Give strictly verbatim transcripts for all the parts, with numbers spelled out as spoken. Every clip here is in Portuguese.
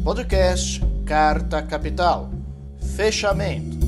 Podcast Carta Capital. Fechamento.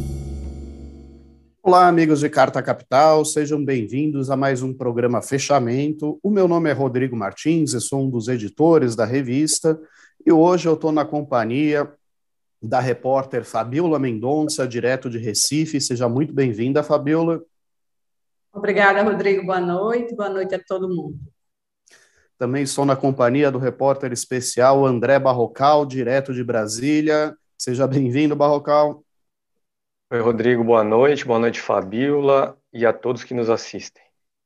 Olá, amigos de Carta Capital, sejam bem-vindos a mais um programa Fechamento. O meu nome é Rodrigo Martins, eu sou um dos editores da revista e hoje eu estou na companhia da repórter Fabiola Mendonça, direto de Recife. Seja muito bem-vinda, Fabiola. Obrigada, Rodrigo. Boa noite. Boa noite a todo mundo. Também estou na companhia do repórter especial André Barrocal, direto de Brasília. Seja bem-vindo, Barrocal. Oi, Rodrigo. Boa noite. Boa noite, Fabiola, e a todos que nos assistem.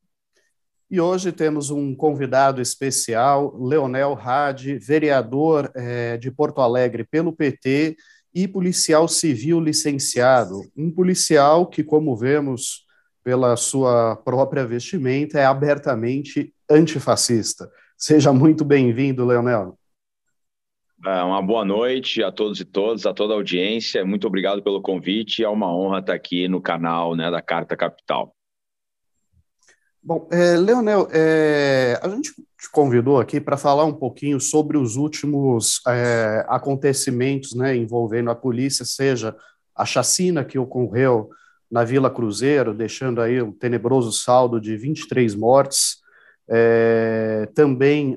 E hoje temos um convidado especial, Leonel Hadi, vereador eh, de Porto Alegre pelo P T e policial civil licenciado. Um policial que, como vemos pela sua própria vestimenta, é abertamente antifascista. Seja muito bem-vindo, Leonel. Uma boa noite a todos e todas, a toda a audiência. Muito obrigado pelo convite. É uma honra estar aqui no canal, né, da Carta Capital. Bom, é, Leonel, é, a gente te convidou aqui para falar um pouquinho sobre os últimos é, acontecimentos, né, envolvendo a polícia, seja a chacina que ocorreu na Vila Cruzeiro, deixando aí um tenebroso saldo de vinte e três mortes, é, também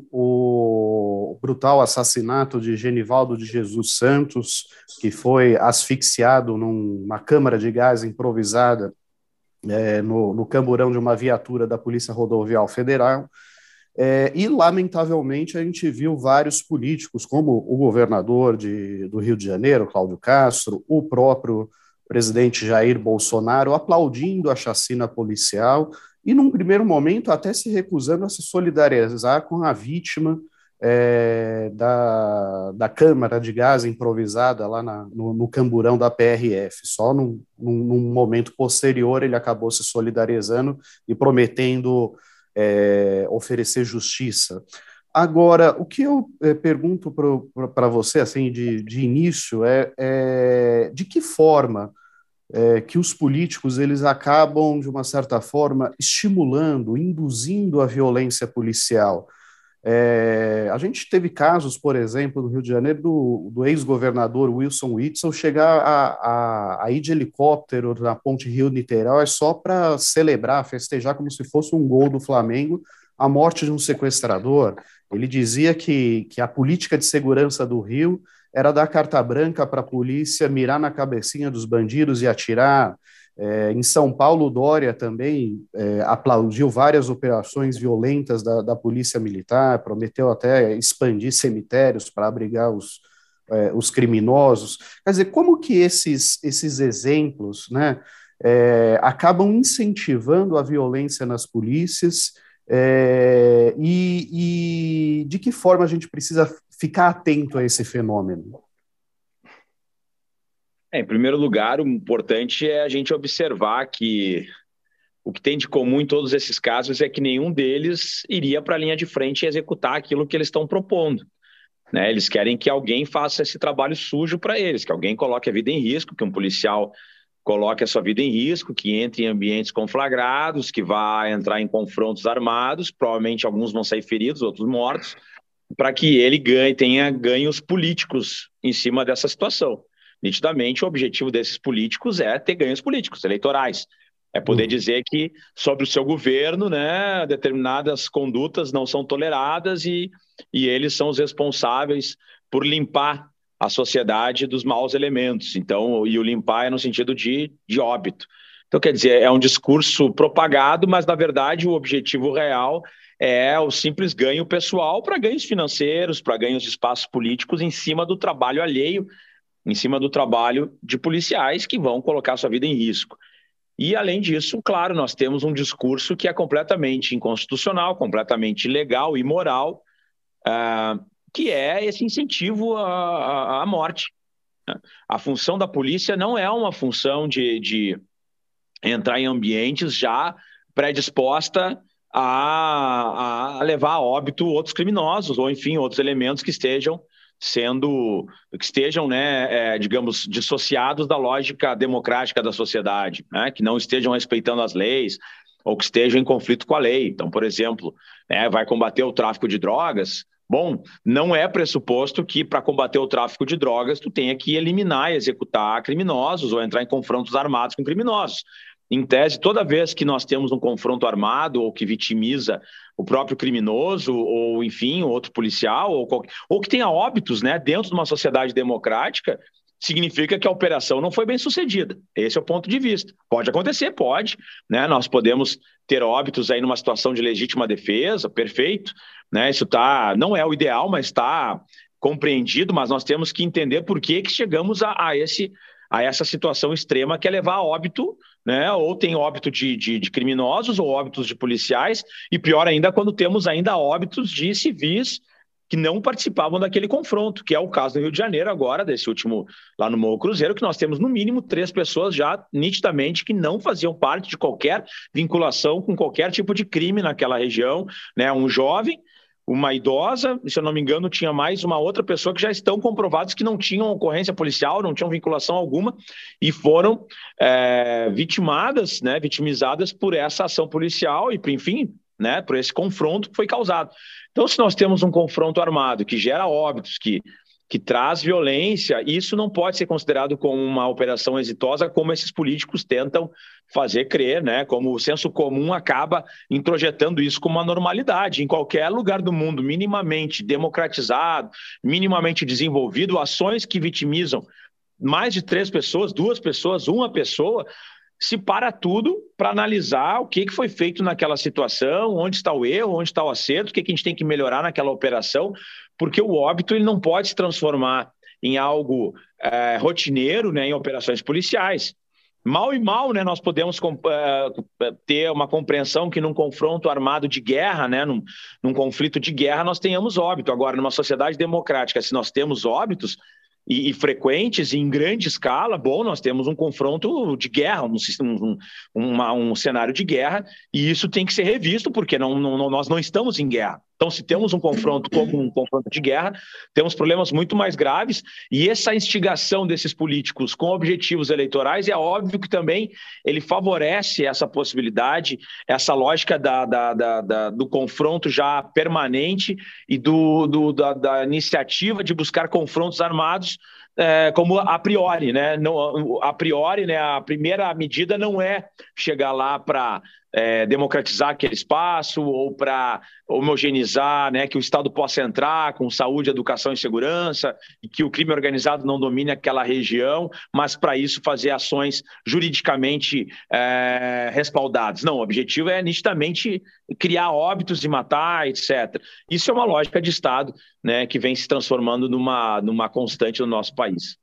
o brutal assassinato de Genivaldo de Jesus Santos, que foi asfixiado numa câmara de gás improvisada É, no, no camburão de uma viatura da Polícia Rodoviária Federal, é, e, lamentavelmente, a gente viu vários políticos, como o governador de, do Rio de Janeiro, Cláudio Castro, o próprio presidente Jair Bolsonaro, aplaudindo a chacina policial e, num primeiro momento, até se recusando a se solidarizar com a vítima É, da, da câmara de gás improvisada lá na, no, no camburão da P R F. Só num, num, num momento posterior ele acabou se solidarizando e prometendo é, oferecer justiça. Agora, o que eu é, pergunto para você, assim, de, de início, é, é de que forma é, que os políticos eles acabam, de uma certa forma, estimulando, induzindo a violência policial. É, a gente teve casos, por exemplo, no Rio de Janeiro, do, do ex-governador Wilson Witzel chegar a, a, a ir de helicóptero na ponte Rio-Niterói só para celebrar, festejar como se fosse um gol do Flamengo, a morte de um sequestrador. Ele dizia que, que a política de segurança do Rio era dar carta branca para a polícia mirar na cabecinha dos bandidos e atirar. É, em São Paulo, Dória também é, aplaudiu várias operações violentas da, da Polícia Militar, prometeu até expandir cemitérios para abrigar os, é, os criminosos. Quer dizer, como que esses, esses exemplos, né, é, acabam incentivando a violência nas polícias é, e, e de que forma a gente precisa ficar atento a esse fenômeno? É, em primeiro lugar, o importante é a gente observar que o que tem de comum em todos esses casos é que nenhum deles iria para a linha de frente e executar aquilo que eles estão propondo, né? Eles querem que alguém faça esse trabalho sujo para eles, que alguém coloque a vida em risco, que um policial coloque a sua vida em risco, que entre em ambientes conflagrados, que vá entrar em confrontos armados, provavelmente alguns vão sair feridos, outros mortos, para que ele ganhe, tenha ganhos políticos em cima dessa situação. Nitidamente, o objetivo desses políticos é ter ganhos políticos, eleitorais. É poder uhum. dizer que, sobre o seu governo, né, determinadas condutas não são toleradas e, e eles são os responsáveis por limpar a sociedade dos maus elementos. Então, e o limpar é no sentido de, de óbito. Então, quer dizer, é um discurso propagado, mas, na verdade, o objetivo real é o simples ganho pessoal para ganhos financeiros, para ganhos de espaços políticos em cima do trabalho alheio, em cima do trabalho de policiais que vão colocar sua vida em risco. E, além disso, claro, nós temos um discurso que é completamente inconstitucional, completamente ilegal e imoral, uh, que é esse incentivo à, à morte. A função da polícia não é uma função de, de entrar em ambientes já predisposta a, a levar a óbito outros criminosos, ou, enfim, outros elementos que estejam sendo, que estejam, né, é, digamos, dissociados da lógica democrática da sociedade, né, que não estejam respeitando as leis ou que estejam em conflito com a lei. Então, por exemplo, né, vai combater o tráfico de drogas, Bom, não é pressuposto que para combater o tráfico de drogas tu tenha que eliminar e executar criminosos ou entrar em confrontos armados com criminosos. Em tese, toda vez que nós temos um confronto armado ou que vitimiza o próprio criminoso ou, enfim, outro policial ou, qualquer, ou que tenha óbitos, né, dentro de uma sociedade democrática, significa que a operação não foi bem sucedida. Esse é o ponto de vista. Pode acontecer, pode, né? Nós podemos ter óbitos aí numa situação de legítima defesa, perfeito, né? Isso tá, não é o ideal, mas está compreendido, mas nós temos que entender por que, que chegamos a, a, esse, a essa situação extrema que é levar a óbito, né? Ou tem óbito de, de, de criminosos ou óbitos de policiais, e pior ainda quando temos ainda óbitos de civis que não participavam daquele confronto, que é o caso do Rio de Janeiro agora, desse último lá no Morro Cruzeiro, que nós temos no mínimo três pessoas já nitidamente que não faziam parte de qualquer vinculação com qualquer tipo de crime naquela região, né? Um jovem, uma idosa, se eu não me engano, tinha mais uma outra pessoa que já estão comprovados que não tinham ocorrência policial, não tinham vinculação alguma e foram é, vitimadas, né, vitimizadas por essa ação policial e, enfim, né, por esse confronto que foi causado. Então, se nós temos um confronto armado que gera óbitos, que, que traz violência, isso não pode ser considerado como uma operação exitosa, como esses políticos tentam fazer crer, né? Como o senso comum acaba introjetando isso como uma normalidade. Em qualquer lugar do mundo minimamente democratizado, minimamente desenvolvido, ações que vitimizam mais de três pessoas, duas pessoas, uma pessoa, se para tudo para analisar o que foi feito naquela situação, onde está o erro, onde está o acerto, o que a gente tem que melhorar naquela operação, porque o óbito ele não pode se transformar em algo é, rotineiro, né, em operações policiais. Mal e mal, né, nós podemos uh, ter uma compreensão que num confronto armado de guerra, né, num, num conflito de guerra, nós tenhamos óbito. Agora, numa sociedade democrática, se nós temos óbitos, E, e frequentes e em grande escala, bom, nós temos um confronto de guerra, um, um, uma, um cenário de guerra, e isso tem que ser revisto, porque não, não, nós não estamos em guerra. Então, se temos um confronto como um confronto de guerra, temos problemas muito mais graves, e essa instigação desses políticos com objetivos eleitorais, é óbvio que também ele favorece essa possibilidade, essa lógica da, da, da, da, do confronto já permanente e do, do, da, da iniciativa de buscar confrontos armados, É, como a priori, né? Não, a priori, né? A primeira medida não é chegar lá para é, democratizar aquele espaço ou para homogeneizar, né? Que o Estado possa entrar com saúde, educação e segurança e que o crime organizado não domine aquela região, mas para isso fazer ações juridicamente é, respaldadas. Não, o objetivo é nitidamente criar óbitos e matar, etcétera. Isso é uma lógica de Estado, né, que vem se transformando numa, numa constante no nosso país.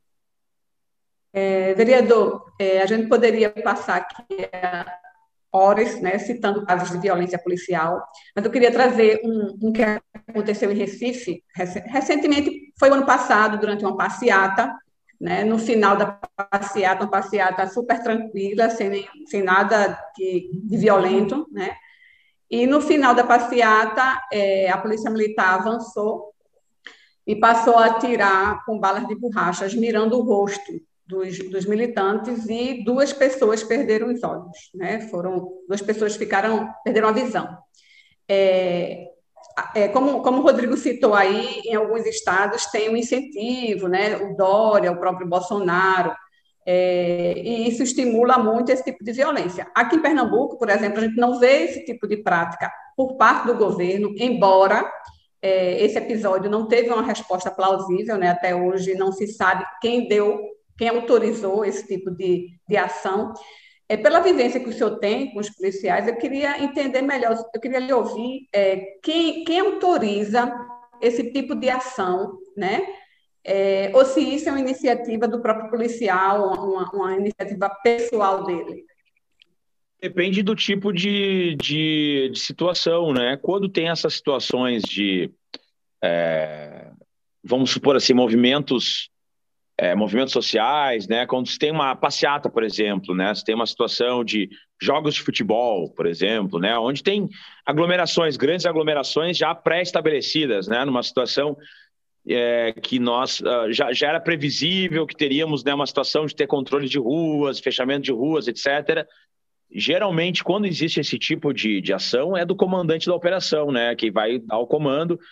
É, vereador, é, a gente poderia passar aqui é, horas, né, citando casos de violência policial, mas eu queria trazer um, um que aconteceu em Recife, recentemente, foi o ano passado, durante uma passeata, né, no final da passeata, uma passeata super tranquila, sem, sem nada de, de violento, né? E no final da passeata, é, a polícia militar avançou e passou a atirar com balas de borrachas, mirando o rosto dos, dos militantes, e duas pessoas perderam os olhos, né? Foram, duas pessoas ficaram, perderam a visão. É, é, como, como o Rodrigo citou aí, em alguns estados tem um incentivo, né? O Dória, o próprio Bolsonaro, É, e isso estimula muito esse tipo de violência. Aqui em Pernambuco, por exemplo, a gente não vê esse tipo de prática por parte do governo, embora é, esse episódio não teve uma resposta plausível, né? Até hoje não se sabe quem deu, quem autorizou esse tipo de, de ação. É, pela vivência que o senhor tem com os policiais, eu queria entender melhor, eu queria lhe ouvir é, quem, quem autoriza esse tipo de ação, né? É, ou se isso é uma iniciativa do próprio policial, uma, uma iniciativa pessoal dele? Depende do tipo de, de, de situação, né? Quando tem essas situações de, é, vamos supor assim, movimentos, é, movimentos sociais, né? Quando se tem uma passeata, por exemplo, né? Se tem uma situação de jogos de futebol, por exemplo, né? Onde tem aglomerações, grandes aglomerações já pré-estabelecidas, né? Numa situação É, que nós uh, já, já era previsível que teríamos, né, uma situação de ter controle de ruas, fechamento de ruas, etcétera. Geralmente, quando existe esse tipo de, de ação, é do comandante da operação, né, que vai dar o comando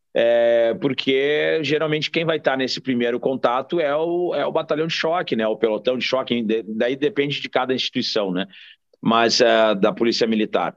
é, porque geralmente quem vai estar nesse primeiro contato é o, é o batalhão de choque, né? O pelotão de choque, daí depende de cada instituição, né? Mas é, da Polícia Militar.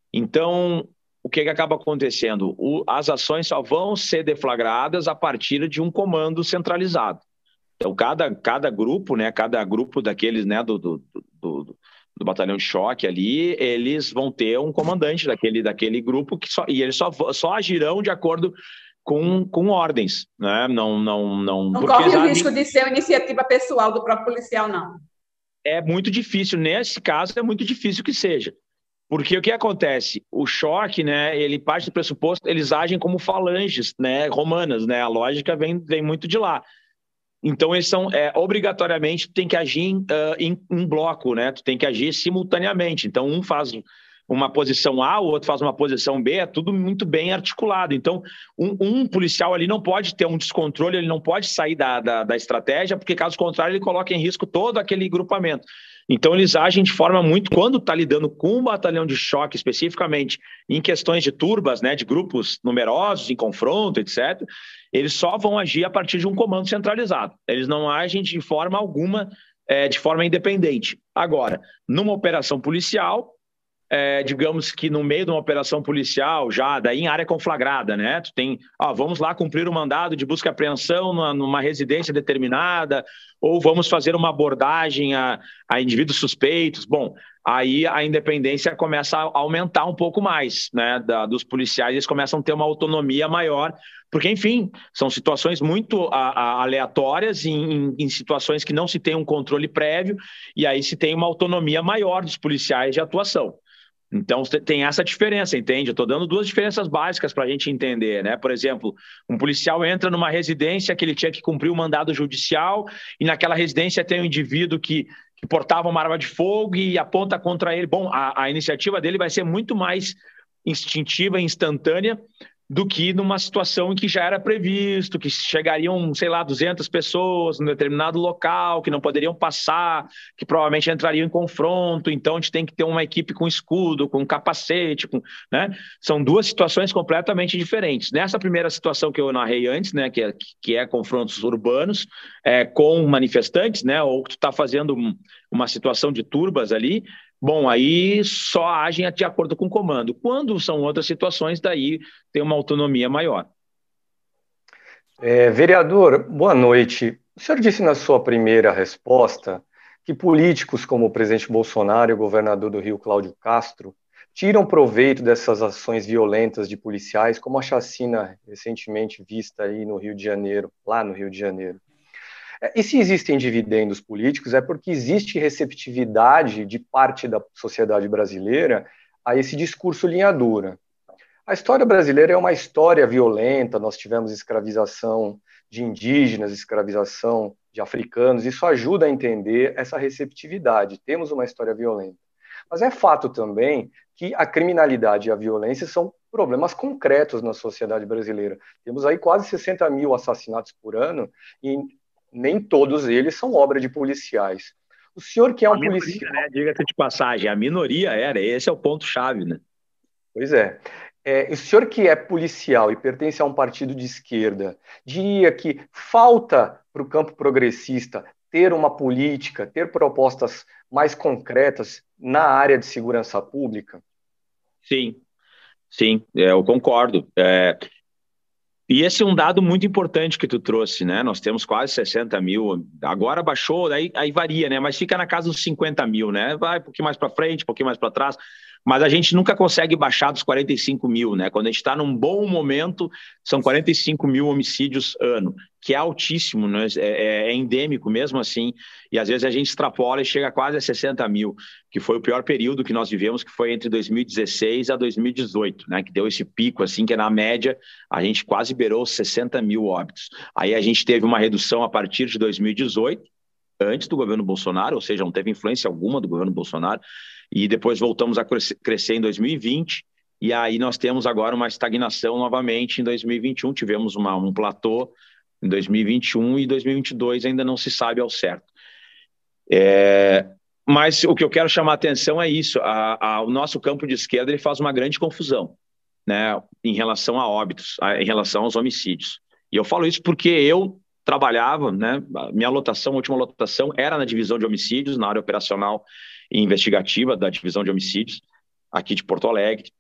Então, o que, que acaba acontecendo? O, as ações só vão ser deflagradas a partir de um comando centralizado. Então, cada, cada grupo, né, cada grupo daqueles, né, do, do, do, do batalhão de choque ali, eles vão ter um comandante daquele, daquele grupo que só, e eles só, só agirão de acordo com, com ordens, né? Não, não, não, não porque corre o agem... risco de ser uma iniciativa pessoal do próprio policial, não. É muito difícil, nesse caso é muito difícil que seja. Porque o que acontece? O choque, né, ele parte do pressuposto, eles agem como falanges, né, romanas, né? A lógica vem, vem muito de lá. Então, eles são, é, obrigatoriamente, tu tem que agir em, uh, em, em bloco, né? Tu tem que agir simultaneamente. Então, um faz uma posição A, o outro faz uma posição B, é tudo muito bem articulado. Então, um, um policial ali não pode ter um descontrole, ele não pode sair da, da, da estratégia, porque, caso contrário, ele coloca em risco todo aquele grupamento. Então, eles agem de forma muito... Quando está lidando com um batalhão de choque, especificamente, em questões de turbas, né, de grupos numerosos, em confronto, etcétera, eles só vão agir a partir de um comando centralizado. Eles não agem de forma alguma, é, de forma independente. Agora, numa operação policial, é, digamos que no meio de uma operação policial, já daí em área conflagrada, né? Tu tem, ó, vamos lá cumprir o mandado de busca e apreensão numa, numa residência determinada, ou vamos fazer uma abordagem a, a indivíduos suspeitos. Bom, aí a independência começa a aumentar um pouco mais, né? Da, dos policiais, eles começam a ter uma autonomia maior, porque, enfim, são situações muito a, a, aleatórias, em, em, em situações que não se tem um controle prévio, e aí se tem uma autonomia maior dos policiais de atuação. Então, tem essa diferença, entende? Eu estou dando duas diferenças básicas para a gente entender, né? Por exemplo, um policial entra numa residência que ele tinha que cumprir um mandado judicial e naquela residência tem um indivíduo que, que portava uma arma de fogo e aponta contra ele. Bom, a, a iniciativa dele vai ser muito mais instintiva e instantânea do que numa situação em que já era previsto, que chegariam, sei lá, duzentas pessoas num determinado local, que não poderiam passar, que provavelmente entrariam em confronto, então a gente tem que ter uma equipe com escudo, com capacete, com, né? São duas situações completamente diferentes. Nessa primeira situação que eu narrei antes, né, que é, que é confrontos urbanos, é, com manifestantes, né, ou que tu está fazendo um, uma situação de turbas ali, bom, aí só agem de acordo com o comando. Quando são outras situações, daí tem uma autonomia maior. É, vereador, boa noite. O senhor disse na sua primeira resposta que políticos como o presidente Bolsonaro e o governador do Rio, Cláudio Castro, tiram proveito dessas ações violentas de policiais, como a chacina recentemente vista aí no Rio de Janeiro, lá no Rio de Janeiro. E se existem dividendos políticos, é porque existe receptividade de parte da sociedade brasileira a esse discurso linha dura. A história brasileira é uma história violenta, nós tivemos escravização de indígenas, escravização de africanos, isso ajuda a entender essa receptividade, temos uma história violenta. Mas é fato também que a criminalidade e a violência são problemas concretos na sociedade brasileira. Temos aí quase sessenta mil assassinatos por ano e nem todos eles são obra de policiais. O senhor que é um a minoria, policial... né? Diga-se de passagem, a minoria era, esse é o ponto-chave, né? Pois é. é. O senhor que é policial e pertence a um partido de esquerda, diria que falta para o campo progressista ter uma política, ter propostas mais concretas na área de segurança pública? Sim, sim, eu concordo. É... E esse é um dado muito importante que tu trouxe, né? Nós temos quase sessenta mil, agora baixou, aí, aí varia, né? Mas fica na casa dos cinquenta mil, né? Vai um pouquinho mais para frente, um pouquinho mais para trás, mas a gente nunca consegue baixar dos quarenta e cinco mil, né? Quando a gente está num bom momento, são quarenta e cinco mil homicídios ano, que é altíssimo, né? É, é endêmico mesmo assim, e às vezes a gente extrapola e chega quase a sessenta mil, que foi o pior período que nós vivemos, que foi entre dois mil e dezesseis a dois mil e dezoito, né? Que deu esse pico, assim, que na média a gente quase beirou sessenta mil óbitos. Aí a gente teve uma redução a partir de dois mil e dezoito, antes do governo Bolsonaro, ou seja, não teve influência alguma do governo Bolsonaro, e depois voltamos a crescer em dois mil e vinte, e aí nós temos agora uma estagnação novamente em dois mil e vinte e um, tivemos uma, um platô em dois mil e vinte e um e dois mil e vinte e dois ainda não se sabe ao certo. É, mas o que eu quero chamar a atenção é isso, a, a, o nosso campo de esquerda ele faz uma grande confusão. né, em relação a óbitos, em relação aos homicídios. E eu falo isso porque eu trabalhava, né, minha lotação, a última lotação era na divisão de homicídios, na área operacional e investigativa da divisão de homicídios, aqui de Porto Alegre.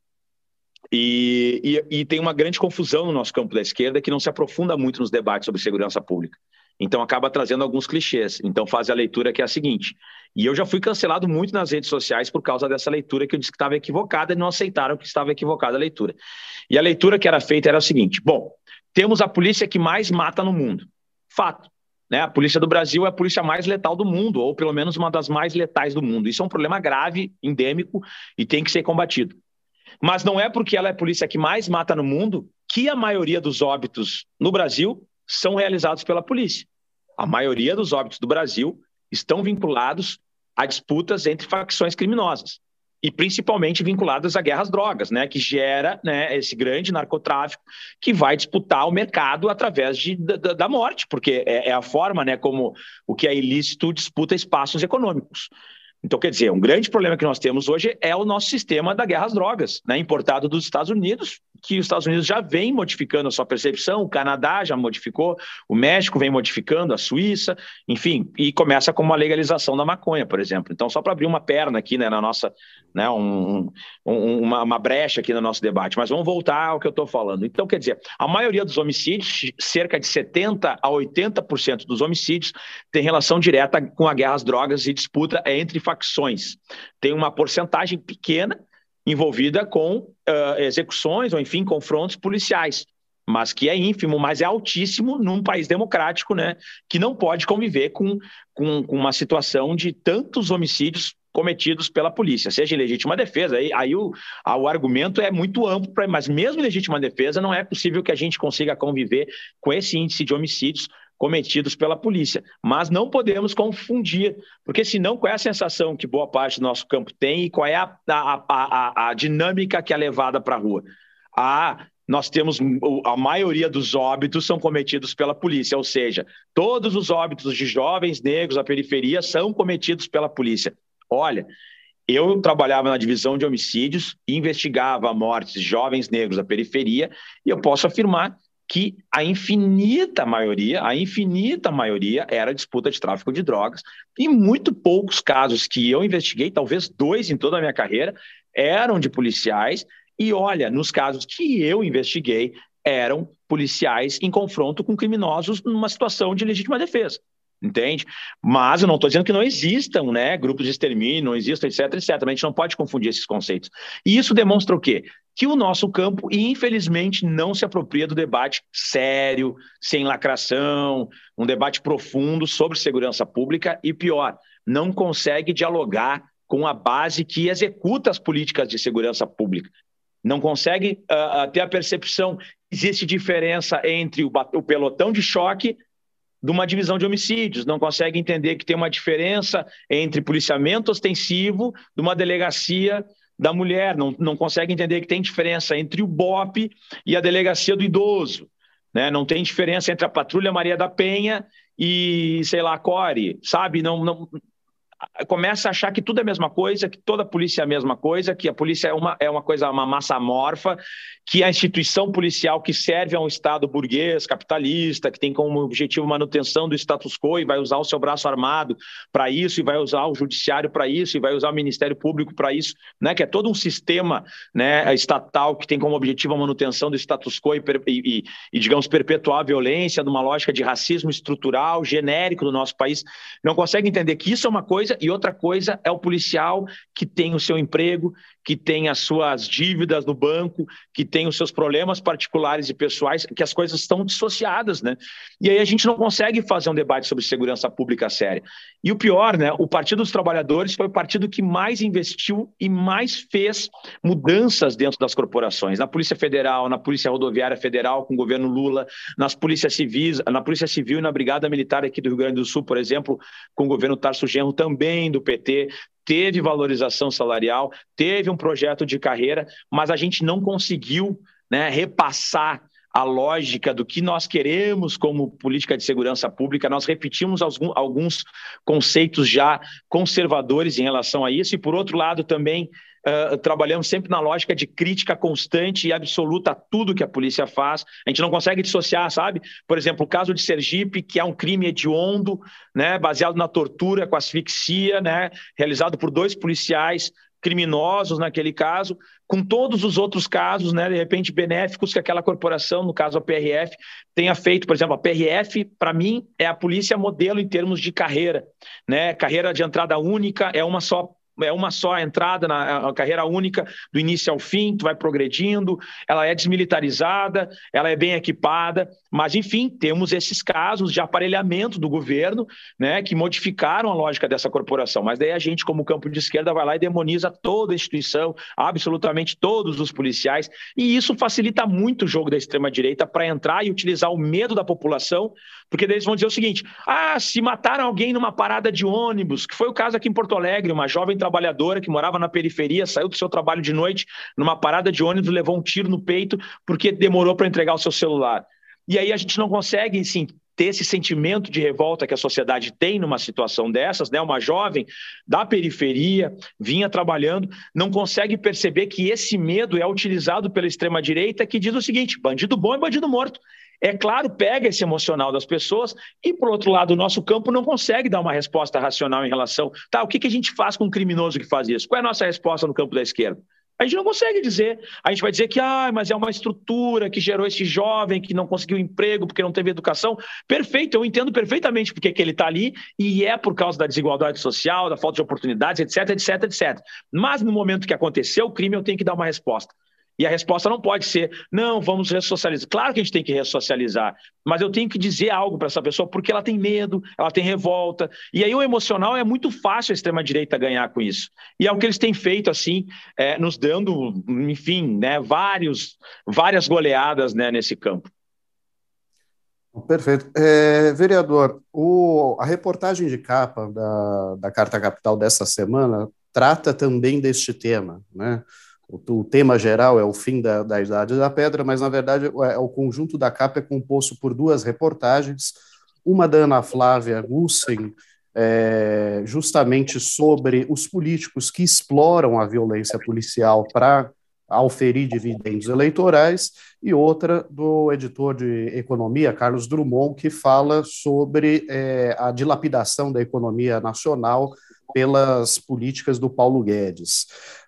E, e, e tem uma grande confusão no nosso campo da esquerda que não se aprofunda muito nos debates sobre segurança pública. Então acaba trazendo alguns clichês. Então faz a leitura que é a seguinte. E eu já fui cancelado muito nas redes sociais por causa dessa leitura que eu disse que estava equivocada e não aceitaram que estava equivocada a leitura. E a leitura que era feita era a seguinte. Bom, temos a polícia que mais mata no mundo. Fato. Né? A polícia do Brasil é a polícia mais letal do mundo, ou pelo menos uma das mais letais do mundo. Isso é um problema grave, endêmico, e tem que ser combatido. Mas não é porque ela é a polícia que mais mata no mundo que a maioria dos óbitos no Brasil são realizados pela polícia. A maioria dos óbitos do Brasil estão vinculados a disputas entre facções criminosas. E principalmente vinculadas a guerras drogas, né, que gera, né, esse grande narcotráfico que vai disputar o mercado através de, da, da morte, porque é, é a forma, né, como o que é ilícito disputa espaços econômicos. Então, quer dizer, um grande problema que nós temos hoje é o nosso sistema da guerra às drogas, né, importado dos Estados Unidos, que os Estados Unidos já vem modificando a sua percepção, o Canadá já modificou, o México vem modificando, a Suíça, enfim, e começa com uma legalização da maconha, por exemplo. Então, só para abrir uma perna aqui, né, na nossa, né, um, um, uma, uma brecha aqui no nosso debate, mas vamos voltar ao que eu estou falando. Então, quer dizer, a maioria dos homicídios, cerca de setenta a oitenta por cento dos homicídios, tem relação direta com a guerra às drogas e disputa entre facções. Tem uma porcentagem pequena envolvida com uh, execuções ou, enfim, confrontos policiais, mas que é ínfimo, mas é altíssimo num país democrático, né, que não pode conviver com, com, com uma situação de tantos homicídios cometidos pela polícia, seja em legítima defesa. Aí, aí o, o argumento é muito amplo, pra, mas mesmo em legítima defesa não é possível que a gente consiga conviver com esse índice de homicídios cometidos pela polícia, mas não podemos confundir, porque senão qual é a sensação que boa parte do nosso campo tem e qual é a, a, a, a dinâmica que é levada para a rua? Ah, nós temos, a maioria dos óbitos são cometidos pela polícia, ou seja, todos os óbitos de jovens negros da periferia são cometidos pela polícia. Olha, eu trabalhava na divisão de homicídios e investigava mortes de jovens negros da periferia e eu posso afirmar que a infinita maioria, a infinita maioria era disputa de tráfico de drogas e muito poucos casos que eu investiguei, talvez dois em toda a minha carreira, eram de policiais e olha, nos casos que eu investiguei, eram policiais em confronto com criminosos numa situação de legítima defesa. Entende? Mas eu não estou dizendo que não existam, né, grupos de extermínio, não existam, etc, etcétera. Mas a gente não pode confundir esses conceitos. E isso demonstra o quê? Que o nosso campo, infelizmente, não se apropria do debate sério, sem lacração, um debate profundo sobre segurança pública e, pior, não consegue dialogar com a base que executa as políticas de segurança pública. Não consegue uh, ter a percepção que existe diferença entre o, o pelotão de choque de uma divisão de homicídios, não consegue entender que tem uma diferença entre policiamento ostensivo de uma delegacia da mulher, não, não consegue entender que tem diferença entre o B O P e a delegacia do idoso, né? Não tem diferença entre a Patrulha Maria da Penha e, sei lá, a Core, sabe? Não, não, começa a achar que tudo é a mesma coisa, que toda a polícia é a mesma coisa, que a polícia é uma, é uma coisa, uma massa amorfa, que a instituição policial que serve a um Estado burguês, capitalista, que tem como objetivo manutenção do status quo e vai usar o seu braço armado para isso, e vai usar o judiciário para isso, e vai usar o Ministério Público para isso, né, que é todo um sistema, né, estatal que tem como objetivo a manutenção do status quo e, e, e, digamos, perpetuar a violência numa lógica de racismo estrutural, genérico do nosso país, não consegue entender que isso é uma coisa e outra coisa é o policial que tem o seu emprego, que tem as suas dívidas no banco, que tem os seus problemas particulares e pessoais, que as coisas estão dissociadas, né? E aí a gente não consegue fazer um debate sobre segurança pública séria. E o pior, né? O Partido dos Trabalhadores foi o partido que mais investiu e mais fez mudanças dentro das corporações, na Polícia Federal, na Polícia Rodoviária Federal com o governo Lula, nas polícias civis, na Polícia Civil e na Brigada Militar aqui do Rio Grande do Sul, por exemplo, com o governo Tarso Genro, também do P T, teve valorização salarial, teve um projeto de carreira, mas a gente não conseguiu, né, repassar a lógica do que nós queremos como política de segurança pública. Nós repetimos alguns, alguns conceitos já conservadores em relação a isso e, por outro lado, também uh, trabalhamos sempre na lógica de crítica constante e absoluta a tudo que a polícia faz. A gente não consegue dissociar, sabe? Por exemplo, o caso de Sergipe, que é um crime hediondo, né, baseado na tortura com asfixia, né, realizado por dois policiais criminosos naquele caso, com todos os outros casos, né, de repente, benéficos que aquela corporação, no caso a P R F, tenha feito. Por exemplo, a P R F, para mim, é a polícia modelo em termos de carreira, né? Carreira de entrada única, é uma só é uma só entrada na carreira única, do início ao fim, tu vai progredindo, ela é desmilitarizada, ela é bem equipada, mas, enfim, temos esses casos de aparelhamento do governo, né, que modificaram a lógica dessa corporação, mas daí a gente, como campo de esquerda, vai lá e demoniza toda a instituição, absolutamente todos os policiais, e isso facilita muito o jogo da extrema-direita para entrar e utilizar o medo da população, porque daí eles vão dizer o seguinte: ah, se mataram alguém numa parada de ônibus, que foi o caso aqui em Porto Alegre, uma jovem trabalhadora que morava na periferia, saiu do seu trabalho de noite, numa parada de ônibus, levou um tiro no peito porque demorou para entregar o seu celular. E aí a gente não consegue, sim, ter esse sentimento de revolta que a sociedade tem numa situação dessas, né? Uma jovem da periferia, vinha trabalhando, não consegue perceber que esse medo é utilizado pela extrema-direita, que diz o seguinte: bandido bom é bandido morto. É claro, pega esse emocional das pessoas e, por outro lado, o nosso campo não consegue dar uma resposta racional em relação... Tá, o que, que a gente faz com um criminoso que faz isso? Qual é a nossa resposta no campo da esquerda? A gente não consegue dizer. A gente vai dizer que ah, mas é uma estrutura que gerou esse jovem que não conseguiu emprego porque não teve educação. Perfeito, eu entendo perfeitamente porque que ele está ali, e é por causa da desigualdade social, da falta de oportunidades, etc, etc, etc. Mas no momento que aconteceu o crime, eu tenho que dar uma resposta. E a resposta não pode ser, não, vamos ressocializar. Claro que a gente tem que ressocializar, mas eu tenho que dizer algo para essa pessoa, porque ela tem medo, ela tem revolta. E aí o emocional é muito fácil a extrema-direita ganhar com isso. E é o que eles têm feito, assim, é, nos dando, enfim, né, vários, várias goleadas, né, nesse campo. Perfeito. É, vereador, o, a reportagem de capa da, da Carta Capital dessa semana trata também deste tema, né? O, o tema geral é o fim da, da Idade da Pedra, mas, na verdade, é, o conjunto da capa é composto por duas reportagens, uma da Ana Flávia Gussen, é, justamente sobre os políticos que exploram a violência policial para auferir dividendos eleitorais, e outra do editor de economia, Carlos Drummond, que fala sobre é, a dilapidação da economia nacional pelas políticas do Paulo Guedes.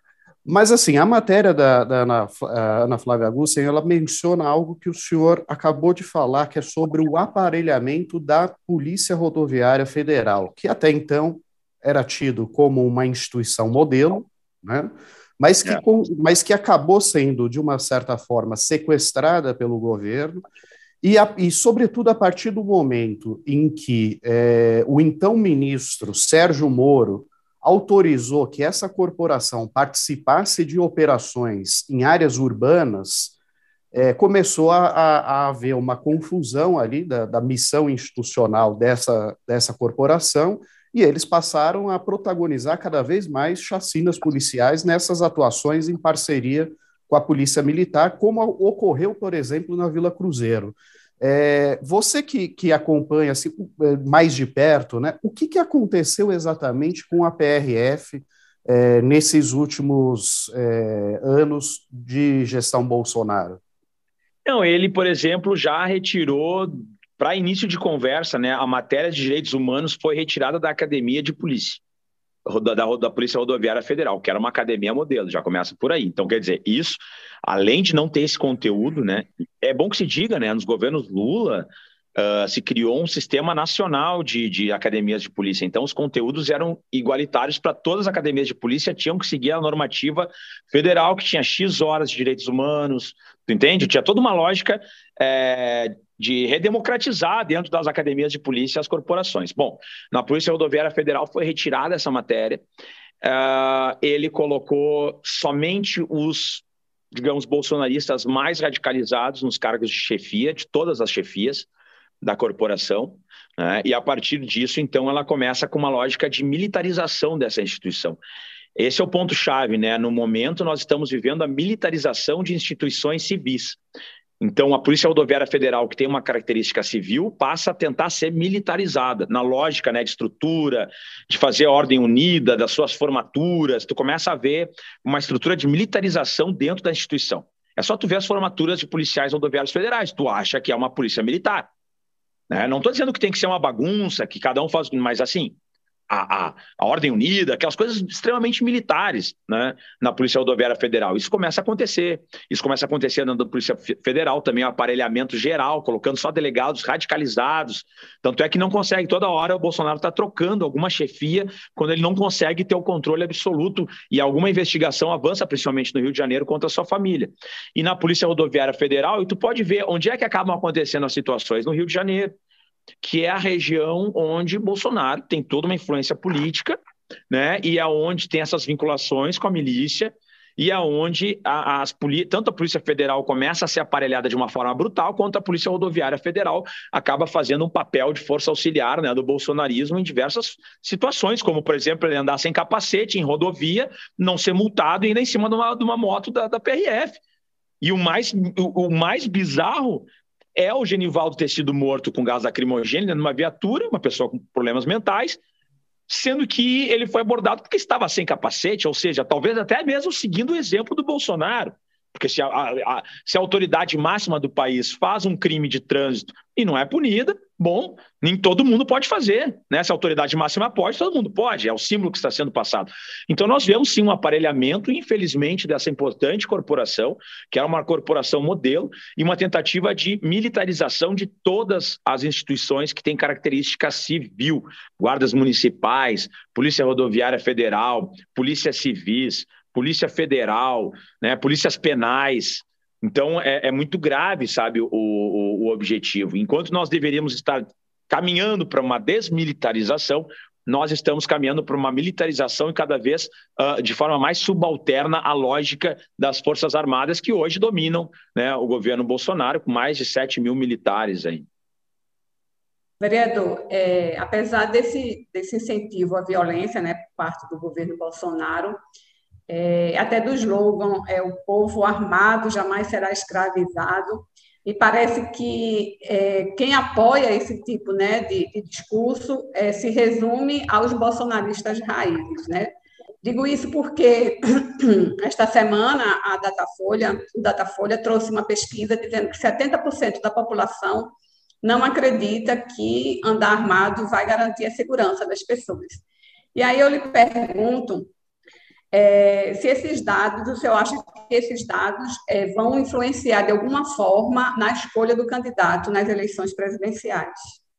Mas, assim, a matéria da, da Ana, Ana Flávia Gussen, ela menciona algo que o senhor acabou de falar, que é sobre o aparelhamento da Polícia Rodoviária Federal, que até então era tido como uma instituição modelo, né? Mas que, é. com, mas que acabou sendo, de uma certa forma, sequestrada pelo governo, e, a, e sobretudo, a partir do momento em que é, o então ministro Sérgio Moro autorizou que essa corporação participasse de operações em áreas urbanas, é, começou a, a, a haver uma confusão ali da, da missão institucional dessa, dessa corporação, e eles passaram a protagonizar cada vez mais chacinas policiais nessas atuações em parceria com a Polícia Militar, como ocorreu, por exemplo, na Vila Cruzeiro. É, você que, que acompanha assim, mais de perto, né, o que, que aconteceu exatamente com a P R F é, nesses últimos é, anos de gestão Bolsonaro? Não, ele, por exemplo, já retirou, para início de conversa, né, a matéria de direitos humanos foi retirada da Academia de Polícia, da, da, da Polícia Rodoviária Federal, que era uma academia modelo, já começa por aí. Então, quer dizer, isso, além de não ter esse conteúdo, né, é bom que se diga, né, nos governos Lula, uh, se criou um sistema nacional de, de academias de polícia, então os conteúdos eram igualitários para todas as academias de polícia, tinham que seguir a normativa federal, que tinha X horas de direitos humanos, tu entende? Tinha toda uma lógica é, de redemocratizar dentro das academias de polícia as corporações. Bom, na Polícia Rodoviária Federal foi retirada essa matéria, uh, ele colocou somente os, digamos, bolsonaristas mais radicalizados nos cargos de chefia, de todas as chefias da corporação, né? E a partir disso, então, ela começa com uma lógica de militarização dessa instituição. Esse é o ponto-chave, né? No momento, nós estamos vivendo a militarização de instituições civis. Então, a Polícia Rodoviária Federal, que tem uma característica civil, passa a tentar ser militarizada, na lógica, né, de estrutura, de fazer a ordem unida, das suas formaturas. Tu começa a ver uma estrutura de militarização dentro da instituição. É só tu ver as formaturas de policiais rodoviários federais. Tu acha que é uma polícia militar, né? Não estou dizendo que tem que ser uma bagunça, que cada um faz, mas assim... A, a, a ordem unida, aquelas coisas extremamente militares, né, na Polícia Rodoviária Federal. Isso começa a acontecer. Isso começa a acontecer na Polícia Federal, também o aparelhamento geral, colocando só delegados radicalizados. Tanto é que não consegue, toda hora o Bolsonaro está trocando alguma chefia quando ele não consegue ter o controle absoluto e alguma investigação avança, principalmente no Rio de Janeiro, contra a sua família. E na Polícia Rodoviária Federal, e tu pode ver onde é que acabam acontecendo as situações no Rio de Janeiro, que é a região onde Bolsonaro tem toda uma influência política, né, e aonde tem essas vinculações com a milícia, e aonde a, as, tanto a Polícia Federal começa a ser aparelhada de uma forma brutal, quanto a Polícia Rodoviária Federal acaba fazendo um papel de força auxiliar, né, do bolsonarismo em diversas situações, como, por exemplo, ele andar sem capacete em rodovia, não ser multado e ainda em cima de uma, de uma moto da, da P R F. E o mais, o, o mais bizarro é o Genivaldo ter sido morto com gás lacrimogêneo numa viatura, uma pessoa com problemas mentais, sendo que ele foi abordado porque estava sem capacete, ou seja, talvez até mesmo seguindo o exemplo do Bolsonaro. Porque se a, a, se a autoridade máxima do país faz um crime de trânsito e não é punida, bom, nem todo mundo pode fazer, né? Se a autoridade máxima pode, todo mundo pode, é o símbolo que está sendo passado. Então nós vemos sim um aparelhamento, infelizmente, dessa importante corporação, que era uma corporação modelo, e uma tentativa de militarização de todas as instituições que têm característica civil, guardas municipais, Polícia Rodoviária Federal, Polícia Civis, Polícia Federal, né, polícias penais. Então, é, é muito grave, sabe, o, o, o objetivo. Enquanto nós deveríamos estar caminhando para uma desmilitarização, nós estamos caminhando para uma militarização e cada vez uh, de forma mais subalterna à lógica das Forças Armadas que hoje dominam, né, o governo Bolsonaro, com mais de sete mil militares aí. Vereador, é, apesar desse, desse incentivo à violência, né, por parte do governo Bolsonaro, É, até do slogan, é, o povo armado jamais será escravizado, e parece que é, quem apoia esse tipo, né, de, de discurso é, se resume aos bolsonaristas raízes, né? Digo isso porque esta semana a Datafolha, o Datafolha trouxe uma pesquisa dizendo que setenta por cento da população não acredita que andar armado vai garantir a segurança das pessoas. E aí eu lhe pergunto, É, se esses dados, o senhor acha que esses dados é, vão influenciar de alguma forma na escolha do candidato nas eleições presidenciais?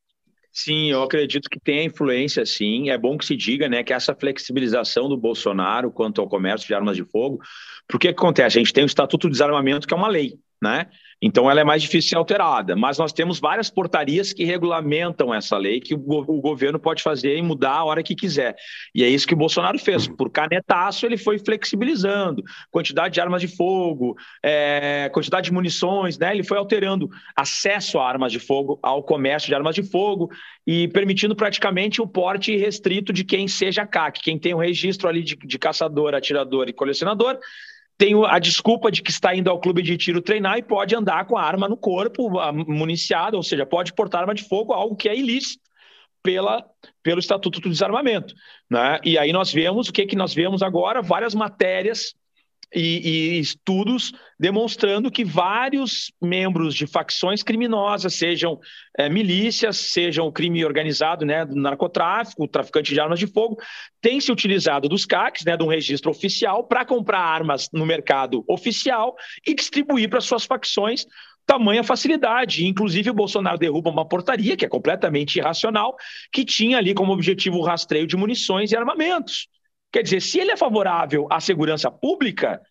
Sim, eu acredito que tem influência, sim. É bom que se diga, né, que essa flexibilização do Bolsonaro quanto ao comércio de armas de fogo, porque o que acontece? A gente tem o Estatuto do Desarmamento, que é uma lei, né? Então ela é mais difícil de ser alterada, mas nós temos várias portarias que regulamentam essa lei, que o, o governo pode fazer e mudar a hora que quiser. E é isso que o Bolsonaro fez. Por canetaço, ele foi flexibilizando quantidade de armas de fogo, é, quantidade de munições, né? Ele foi alterando acesso a armas de fogo, ao comércio de armas de fogo, e permitindo praticamente o porte restrito de quem seja C A C, quem tem o registro ali de, de caçador, atirador e colecionador, tem a desculpa de que está indo ao clube de tiro treinar e pode andar com a arma no corpo, municiada, ou seja, pode portar arma de fogo, algo que é ilícito pela, pelo Estatuto do Desarmamento, né? E aí nós vemos, o que, que nós vemos agora? Várias matérias e, e estudos demonstrando que vários membros de facções criminosas, sejam é, milícias, sejam o crime organizado, né, do narcotráfico, traficante de armas de fogo, têm se utilizado dos C A Cs, né, de um registro oficial, para comprar armas no mercado oficial e distribuir para suas facções. Tamanha facilidade. Inclusive, o Bolsonaro derruba uma portaria, que é completamente irracional, que tinha ali como objetivo o rastreio de munições e armamentos. Quer dizer, se ele é favorável à segurança pública,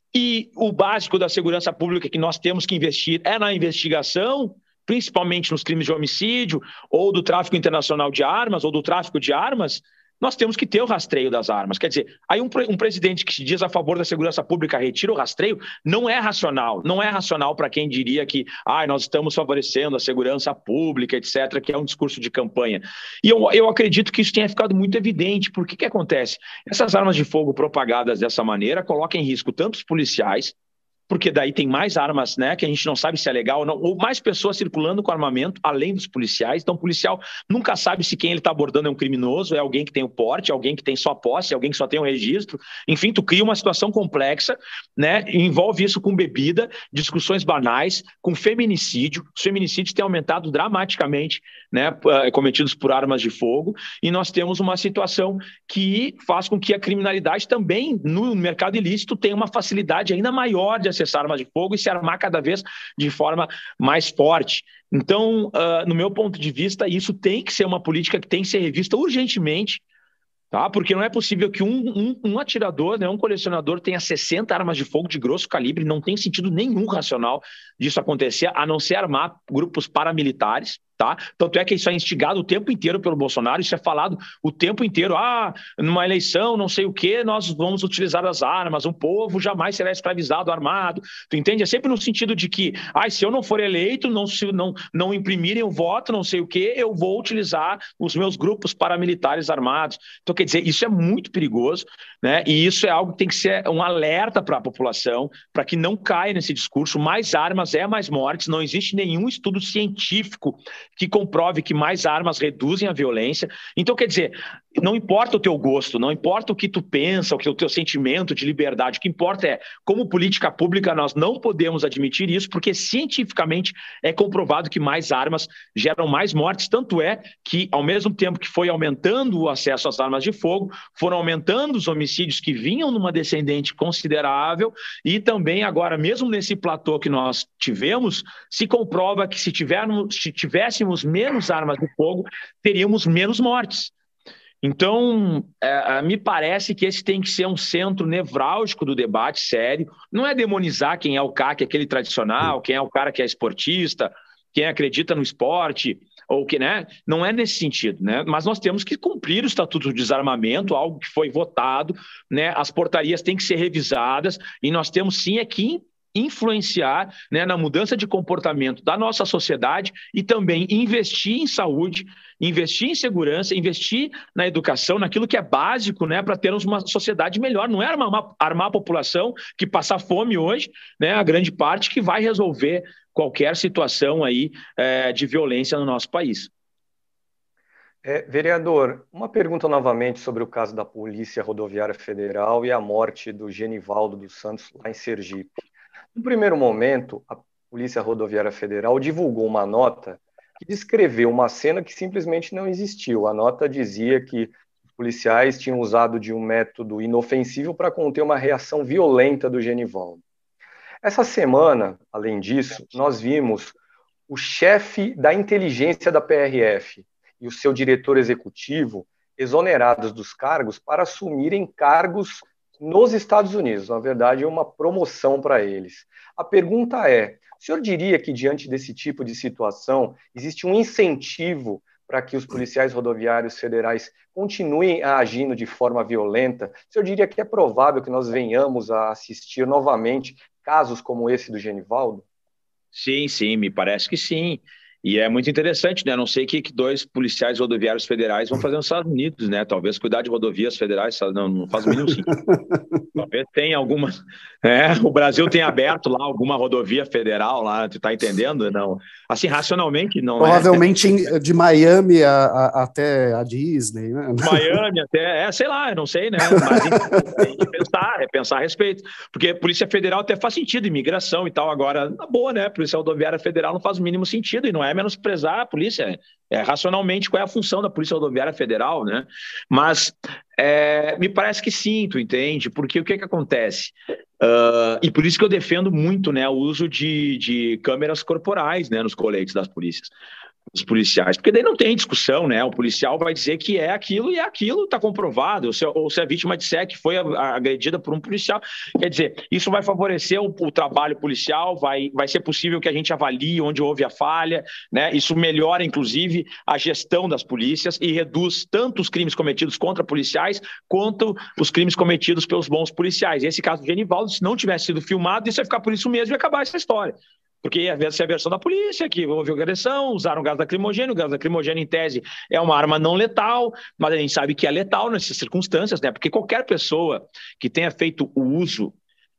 e o básico da segurança pública que nós temos que investir é na investigação, principalmente nos crimes de homicídio, ou do tráfico internacional de armas, ou do tráfico de armas, nós temos que ter o rastreio das armas. Quer dizer, aí um, um presidente que se diz a favor da segurança pública retira o rastreio, não é racional. Não é racional para quem diria que ah, nós estamos favorecendo a segurança pública, etcétera, que é um discurso de campanha. E eu, eu acredito que isso tenha ficado muito evidente. Porque que acontece? Essas armas de fogo propagadas dessa maneira colocam em risco tanto os policiais, porque daí tem mais armas, né, que a gente não sabe se é legal ou não, ou mais pessoas circulando com armamento, além dos policiais. Então o policial nunca sabe se quem ele está abordando é um criminoso, é alguém que tem o porte, é alguém que tem só posse, é alguém que só tem o registro. Enfim, tu cria uma situação complexa, né, e envolve isso com bebida, discussões banais, com feminicídio. Os feminicídios têm aumentado dramaticamente, né, cometidos por armas de fogo, e nós temos uma situação que faz com que a criminalidade também, no mercado ilícito, tenha uma facilidade ainda maior de acessar armas de fogo e se armar cada vez de forma mais forte. Então, uh, no meu ponto de vista, isso tem que ser uma política que tem que ser revista urgentemente, tá? Porque não é possível que um, um, um atirador, né, um colecionador tenha sessenta armas de fogo de grosso calibre. Não tem sentido nenhum racional disso acontecer, a não ser armar grupos paramilitares. Tá? Tanto é que isso é instigado o tempo inteiro pelo Bolsonaro, isso é falado o tempo inteiro, ah, numa eleição, não sei o que, nós vamos utilizar as armas, o povo jamais será escravizado, armado, tu entende? É sempre no sentido de que, ah, se eu não for eleito, não, se, não, não imprimirem o voto, não sei o que, eu vou utilizar os meus grupos paramilitares armados. Então, quer dizer, isso é muito perigoso, né? E isso é algo que tem que ser um alerta para a população, para que não caia nesse discurso, mais armas é mais mortes, não existe nenhum estudo científico que comprove que mais armas reduzem a violência. Então, quer dizer, não importa o teu gosto, não importa o que tu pensa, o que o teu sentimento de liberdade, o que importa é, como política pública, nós não podemos admitir isso, porque cientificamente é comprovado que mais armas geram mais mortes, tanto é que, ao mesmo tempo que foi aumentando o acesso às armas de fogo, foram aumentando os homicídios que vinham numa descendente considerável, e também agora, mesmo nesse platô que nós tivemos, se comprova que se tivermos, se tivéssemos menos armas de fogo, teríamos menos mortes. Então, é, me parece que esse tem que ser um centro nevrálgico do debate sério. Não é demonizar quem é o C A C, aquele tradicional, quem é o cara que é esportista, quem acredita no esporte, ou que, né? Não é nesse sentido, né? Mas nós temos que cumprir o Estatuto do Desarmamento, algo que foi votado, né? As portarias têm que ser revisadas, e nós temos sim é que influenciar, né, na mudança de comportamento da nossa sociedade e também investir em saúde, investir em segurança, investir na educação, naquilo que é básico, né, para termos uma sociedade melhor. Não é armar, armar a população que passa fome hoje, né, a grande parte, que vai resolver qualquer situação aí, é, de violência no nosso país. É, vereador, uma pergunta novamente sobre o caso da Polícia Rodoviária Federal e a morte do Genivaldo dos Santos lá em Sergipe. No primeiro momento, a Polícia Rodoviária Federal divulgou uma nota que descreveu uma cena que simplesmente não existiu. A nota dizia que os policiais tinham usado de um método inofensivo para conter uma reação violenta do Genivaldo. Essa semana, além disso, nós vimos o chefe da inteligência da P R F e o seu diretor executivo exonerados dos cargos para assumirem cargos nos Estados Unidos. Na verdade, é uma promoção para eles. A pergunta é, o senhor diria que diante desse tipo de situação existe um incentivo para que os policiais rodoviários federais continuem agindo de forma violenta? O senhor diria que é provável que nós venhamos a assistir novamente casos como esse do Genivaldo? Sim, sim, me parece que sim. E é muito interessante, né? Não sei o que, que dois policiais rodoviários federais vão fazer nos Estados Unidos, né? Talvez cuidar de rodovias federais, não, não faz o mínimo sentido. Talvez tenha alguma... É, o Brasil tem aberto lá alguma rodovia federal lá, tu tá entendendo? Não. Assim, racionalmente, não. Provavelmente é. de Miami a, a, até a Disney, né? Miami até, é, sei lá, eu não sei, né? Mas tem que pensar, é pensar a respeito. Porque Polícia Federal até faz sentido, imigração e tal. Agora, na boa, né? Polícia Rodoviária Federal não faz o mínimo sentido e não é menosprezar a polícia. É, racionalmente, qual é a função da Polícia Rodoviária Federal, né? Mas é, me parece que sim, tu entende? Porque o que que acontece? Uh, e por isso que eu defendo muito, né, o uso de, de câmeras corporais, né, nos coletes das polícias, dos policiais, porque daí não tem discussão, né? O policial vai dizer que é aquilo e é aquilo, está comprovado, ou se, ou se a vítima disser que foi agredida por um policial. Quer dizer, isso vai favorecer o, o trabalho policial, vai, vai ser possível que a gente avalie onde houve a falha, né? Isso melhora, inclusive, a gestão das polícias e reduz tanto os crimes cometidos contra policiais quanto os crimes cometidos pelos bons policiais. Esse caso do Genivaldo, se não tivesse sido filmado, isso ia ficar por isso mesmo e acabar essa história. Porque essa é a versão da polícia, que houve agressão, usaram gás lacrimogêneo, o gás lacrimogêneo, em tese, é uma arma não letal, mas a gente sabe que é letal nessas circunstâncias, né? Porque qualquer pessoa que tenha feito o uso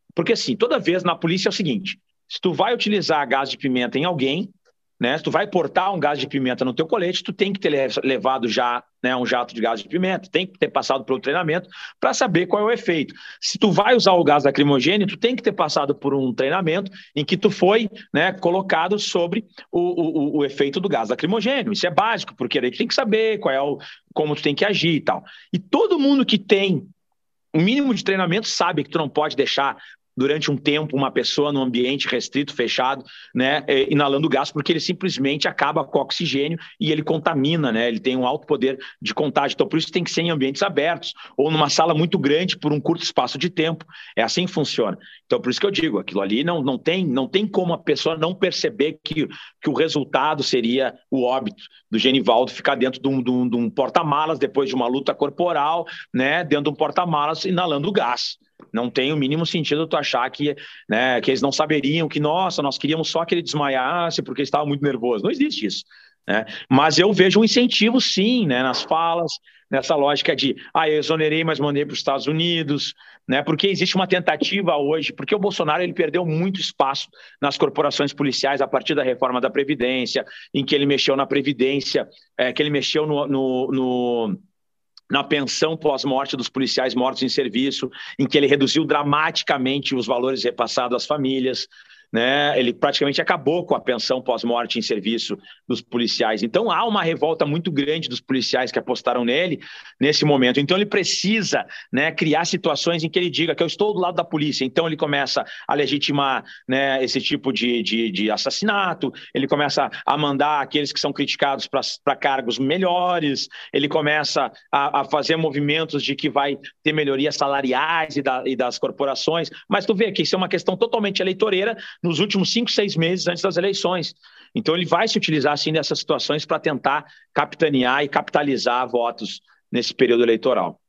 Porque assim, toda vez na polícia é o seguinte, se tu vai utilizar gás de pimenta em alguém, né, se tu vai portar um gás de pimenta no teu colete, tu tem que ter levado já, né, um jato de gás de pimenta, tem que ter passado pelo treinamento para saber qual é o efeito. Se tu vai usar o gás lacrimogêneo, tu tem que ter passado por um treinamento em que tu foi, né, colocado sobre o, o, o efeito do gás lacrimogêneo. Isso é básico, porque daí tu tem que saber qual é o, como tu tem que agir e tal. E todo mundo que tem um mínimo de treinamento sabe que tu não pode deixar durante um tempo uma pessoa num ambiente restrito, fechado, né, inalando gás, porque ele simplesmente acaba com o oxigênio e ele contamina, né, ele tem um alto poder de contágio. Então, por isso tem que ser em ambientes abertos ou numa sala muito grande por um curto espaço de tempo. É assim que funciona. Então, por isso que eu digo, aquilo ali não, não, tem, não tem como a pessoa não perceber que, que o resultado seria o óbito do Genivaldo ficar dentro de um, de um, de um porta-malas depois de uma luta corporal, né, dentro de um porta-malas inalando gás. Não tem o mínimo sentido tu achar que, né, que eles não saberiam que, nossa, nós queríamos só que ele desmaiasse porque ele estava muito nervoso. Não existe isso, né? Mas eu vejo um incentivo, sim, né, nas falas, nessa lógica de, ah, eu exonerei, mas mandei para os Estados Unidos, né, porque existe uma tentativa hoje, porque o Bolsonaro ele perdeu muito espaço nas corporações policiais a partir da reforma da Previdência, em que ele mexeu na Previdência, é, que ele mexeu no... no, no na pensão pós-morte dos policiais mortos em serviço, em que ele reduziu dramaticamente os valores repassados às famílias, né? Ele praticamente acabou com a pensão pós-morte em serviço dos policiais. Então há uma revolta muito grande dos policiais que apostaram nele nesse momento. Então ele precisa, né, criar situações em que ele diga que eu estou do lado da polícia. Então ele começa a legitimar, né, esse tipo de, de, de assassinato, ele começa a mandar aqueles que são criticados para cargos melhores, ele começa a, a fazer movimentos de que vai ter melhorias salariais e, da, e das corporações. Mas tu vê que isso é uma questão totalmente eleitoreira nos últimos cinco, seis meses antes das eleições. Então ele vai se utilizar assim dessas situações para tentar capitanear e capitalizar votos nesse período eleitoral.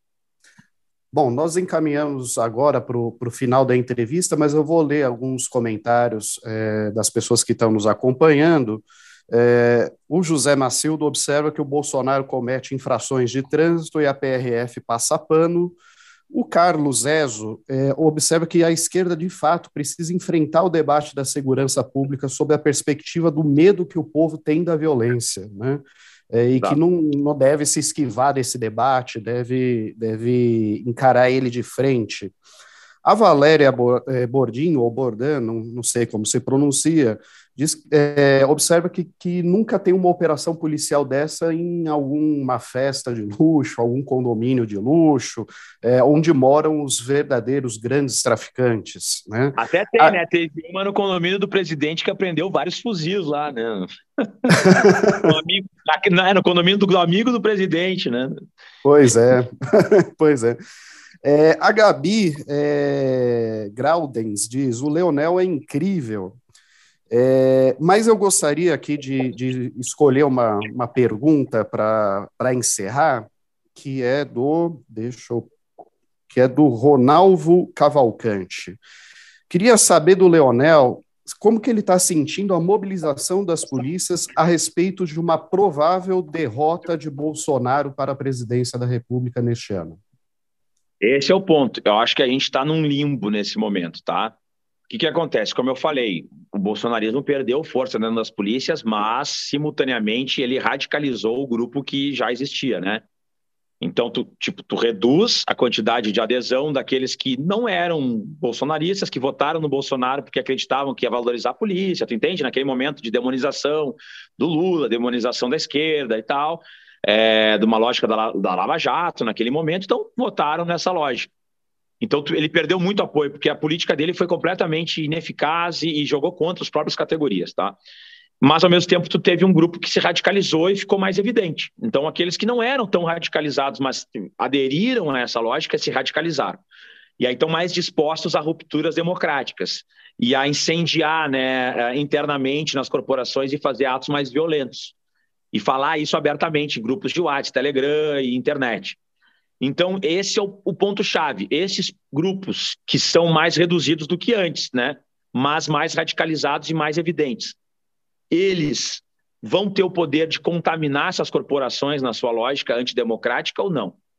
Bom, nós encaminhamos agora para o final da entrevista, mas eu vou ler alguns comentários é, das pessoas que estão nos acompanhando. É, o José Macildo observa que o Bolsonaro comete infrações de trânsito e a P R F passa pano. O Carlos Ezo é, observa que a esquerda, de fato, precisa enfrentar o debate da segurança pública sob a perspectiva do medo que o povo tem da violência, né? É, e tá. que não, não deve se esquivar desse debate, deve, deve encarar ele de frente. A Valéria Bordinho, ou Bordan, não, não sei como se pronuncia, diz, é, observa que, que nunca tem uma operação policial dessa em alguma festa de luxo, algum condomínio de luxo, é, onde moram os verdadeiros grandes traficantes, né? Até tem, A... né? Teve uma no condomínio do presidente que apreendeu vários fuzis lá, né? no, amigo, na, no condomínio do amigo do presidente, né? Pois é, pois é. É, a Gabi é, Graudens diz, o Leonel é incrível, é, mas eu gostaria aqui de, de escolher uma, uma pergunta para encerrar, que é do, deixa eu, que é do Ronaldo Cavalcante. Queria saber do Leonel como que ele está sentindo a mobilização das polícias a respeito de uma provável derrota de Bolsonaro para a presidência da República neste ano. Esse é o ponto. Eu acho que a gente está num limbo nesse momento, tá? O que que acontece? Como eu falei, o bolsonarismo perdeu força dentro das polícias, mas, simultaneamente, ele radicalizou o grupo que já existia, né? Então, tu, tipo, tu reduz a quantidade de adesão daqueles que não eram bolsonaristas, que votaram no Bolsonaro porque acreditavam que ia valorizar a polícia, tu entende? Naquele momento de demonização do Lula, demonização da esquerda e tal, é, de uma lógica da, da Lava Jato naquele momento, então votaram nessa lógica. Então, tu, ele perdeu muito apoio, porque a política dele foi completamente ineficaz e, e jogou contra as próprias categorias, tá? Mas, ao mesmo tempo, tu teve um grupo que se radicalizou e ficou mais evidente. Então, aqueles que não eram tão radicalizados, mas aderiram a essa lógica, se radicalizaram. E aí estão mais dispostos a rupturas democráticas e a incendiar, né, internamente nas corporações e fazer atos mais violentos. E falar isso abertamente em grupos de WhatsApp, Telegram e internet. Então, esse é o, o ponto-chave. Esses grupos que são mais reduzidos do que antes, né, mas mais radicalizados e mais evidentes. Eles vão ter o poder de contaminar essas corporações na sua lógica antidemocrática ou não?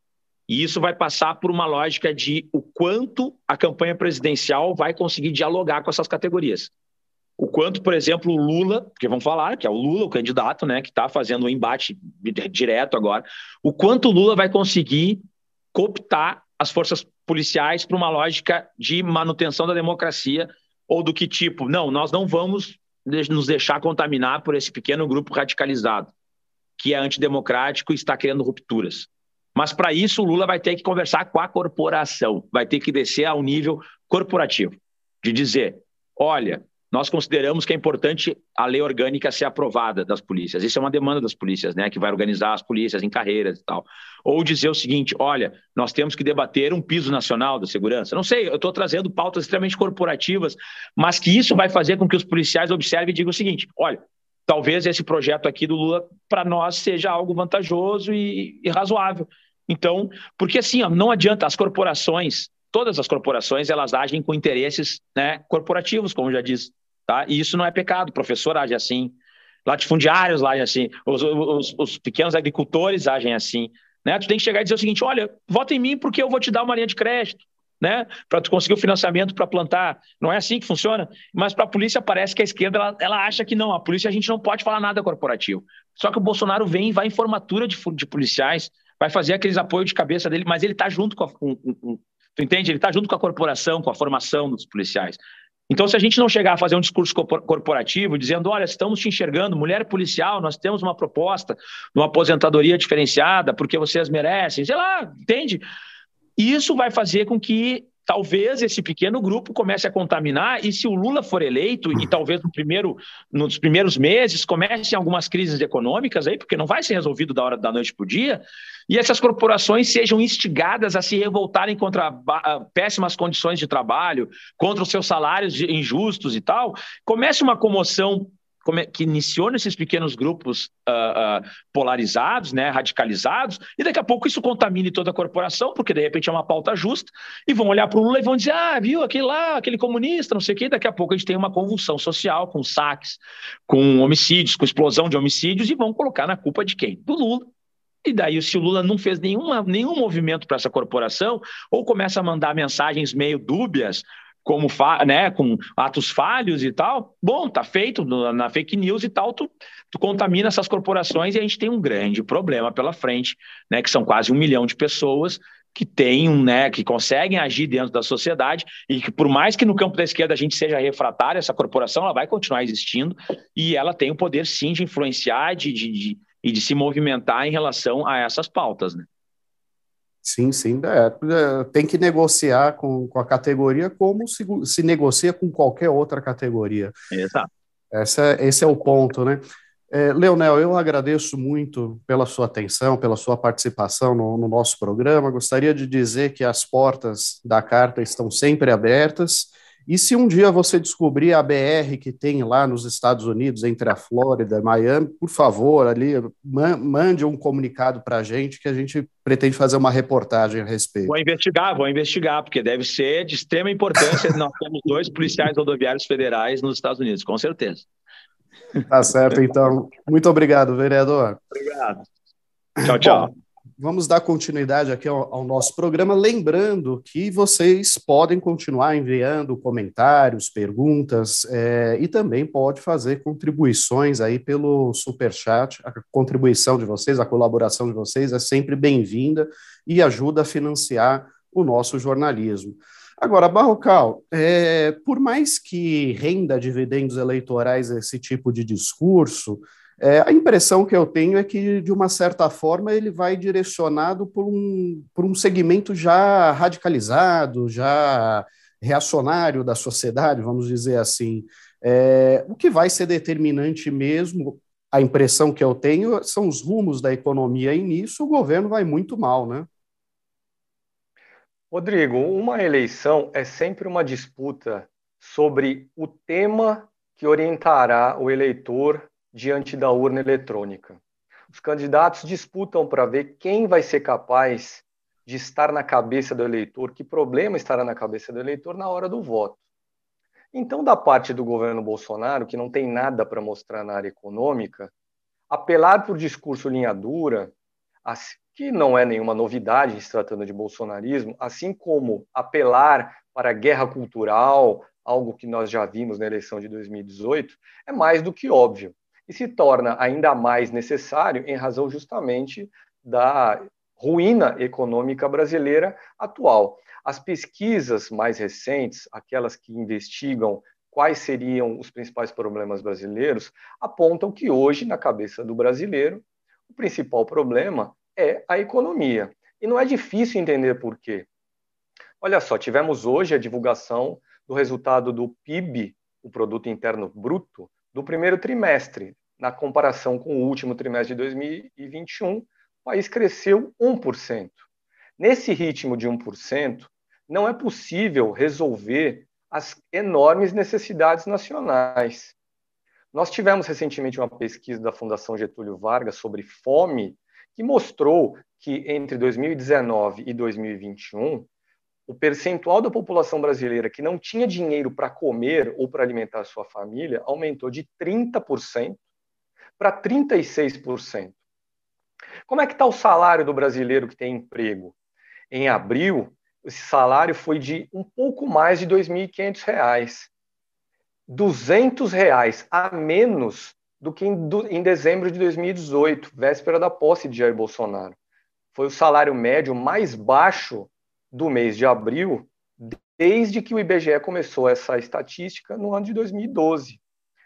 E isso vai passar por uma lógica de o quanto a campanha presidencial vai conseguir dialogar com essas categorias. O quanto, por exemplo, o Lula, porque vamos falar que é o Lula, o candidato, né, que está fazendo um embate direto agora, o quanto o Lula vai conseguir cooptar as forças policiais para uma lógica de manutenção da democracia, ou do que tipo, não, nós não vamos nos deixar contaminar por esse pequeno grupo radicalizado, que é antidemocrático e está criando rupturas. Mas, para isso, o Lula vai ter que conversar com a corporação, vai ter que descer ao nível corporativo, de dizer, olha, nós consideramos que é importante a lei orgânica ser aprovada das polícias. Isso é uma demanda das polícias, né, que vai organizar as polícias em carreiras e tal. Ou dizer o seguinte, olha, nós temos que debater um piso nacional da segurança. Não sei, eu estou trazendo pautas extremamente corporativas, mas que isso vai fazer com que os policiais observem e digam o seguinte, olha, talvez esse projeto aqui do Lula, para nós, seja algo vantajoso e, e razoável. Então, porque assim, ó, não adianta, as corporações, todas as corporações, elas agem com interesses, né, corporativos, como já disse, tá? E isso não é pecado, o professor age assim, latifundiários agem assim, os, os, os pequenos agricultores agem assim, né? Tu tem que chegar e dizer o seguinte, olha, vota em mim porque eu vou te dar uma linha de crédito, né, para tu conseguir o financiamento para plantar. Não é assim que funciona, mas para a polícia parece que a esquerda ela, ela acha que não, a polícia a gente não pode falar nada corporativo. Só que o Bolsonaro vem e vai em formatura de, de policiais, vai fazer aqueles apoios de cabeça dele, mas ele está junto com a, com, com, tu entende? Ele está junto com a corporação, com a formação dos policiais. Então, se a gente não chegar a fazer um discurso corporativo, dizendo, olha, estamos te enxergando, mulher policial, nós temos uma proposta de uma aposentadoria diferenciada, porque vocês merecem, sei lá, entende? Isso vai fazer com que talvez esse pequeno grupo comece a contaminar, e se o Lula for eleito, e talvez no primeiro, nos primeiros meses comecem algumas crises econômicas, aí, porque não vai ser resolvido da hora da noite para o dia, e essas corporações sejam instigadas a se revoltarem contra péssimas condições de trabalho, contra os seus salários injustos e tal, comece uma comoção que iniciou nesses pequenos grupos uh, uh, polarizados, né, radicalizados, e daqui a pouco isso contamine toda a corporação, porque de repente é uma pauta justa, e vão olhar para o Lula e vão dizer, ah, viu, aquele lá, aquele comunista, não sei o quê, daqui a pouco a gente tem uma convulsão social com saques, com homicídios, com explosão de homicídios, e vão colocar na culpa de quem? Do Lula. E daí, se o Lula não fez nenhuma, nenhum movimento para essa corporação, ou começa a mandar mensagens meio dúbias, como né, com atos falhos e tal, bom, tá feito no, na fake news e tal, tu, tu contamina essas corporações e a gente tem um grande problema pela frente, né, que são quase um milhão de pessoas que têm, né, que conseguem agir dentro da sociedade e que por mais que no campo da esquerda a gente seja refratário, essa corporação ela vai continuar existindo e ela tem o poder sim de influenciar de, de, de, e de se movimentar em relação a essas pautas, né? Sim, sim, é, tem que negociar com, com a categoria como se, se negocia com qualquer outra categoria. Exato. Essa, esse é o ponto, né? É, Leonel, eu agradeço muito pela sua atenção, pela sua participação no, no nosso programa. Gostaria de dizer que as portas da Carta estão sempre abertas. E se um dia você descobrir a B R que tem lá nos Estados Unidos, entre a Flórida e Miami, por favor, ali, mande um comunicado para a gente, que a gente pretende fazer uma reportagem a respeito. Vou investigar, vou investigar, porque deve ser de extrema importância. Nós temos dois policiais rodoviários federais nos Estados Unidos, com certeza. Tá certo, então. Muito obrigado, vereador. Obrigado. Tchau, tchau. Bom, vamos dar continuidade aqui ao, ao nosso programa, lembrando que vocês podem continuar enviando comentários, perguntas, é, e também pode fazer contribuições aí pelo Superchat. A contribuição de vocês, a colaboração de vocês é sempre bem-vinda e ajuda a financiar o nosso jornalismo. Agora, Barrocal, é, por mais que renda dividendos eleitorais esse tipo de discurso, É, a impressão que eu tenho é que, de uma certa forma, ele vai direcionado por um, por um segmento já radicalizado, já reacionário da sociedade, vamos dizer assim. É, o que vai ser determinante mesmo, a impressão que eu tenho, são os rumos da economia, e nisso o governo vai muito mal, né? Rodrigo, uma eleição é sempre uma disputa sobre o tema que orientará o eleitor diante da urna eletrônica. Os candidatos disputam para ver quem vai ser capaz de estar na cabeça do eleitor, que problema estará na cabeça do eleitor na hora do voto. Então, da parte do governo Bolsonaro, que não tem nada para mostrar na área econômica, apelar por discurso linha dura, que não é nenhuma novidade se tratando de bolsonarismo, assim como apelar para a guerra cultural, algo que nós já vimos na eleição de dois mil e dezoito, é mais do que óbvio e se torna ainda mais necessário em razão justamente da ruína econômica brasileira atual. As pesquisas mais recentes, aquelas que investigam quais seriam os principais problemas brasileiros, apontam que hoje, na cabeça do brasileiro, o principal problema é a economia. E não é difícil entender por quê. Olha só, tivemos hoje a divulgação do resultado do P I B, o Produto Interno Bruto, do primeiro trimestre. Na comparação com o último trimestre de dois mil e vinte e um, o país cresceu um por cento. Nesse ritmo de um por cento, não é possível resolver as enormes necessidades nacionais. Nós tivemos recentemente uma pesquisa da Fundação Getúlio Vargas sobre fome, que mostrou que entre dois mil e dezenove e dois mil e vinte e um, o percentual da população brasileira que não tinha dinheiro para comer ou para alimentar sua família aumentou de trinta por cento para trinta e seis por cento. Como é que está o salário do brasileiro que tem emprego? Em abril, esse salário foi de um pouco mais de dois mil e quinhentos reais. duzentos reais a menos do que em, do, em dezembro de dois mil e dezoito, véspera da posse de Jair Bolsonaro. Foi o salário médio mais baixo do mês de abril, desde que o I B G E começou essa estatística no ano de dois mil e doze.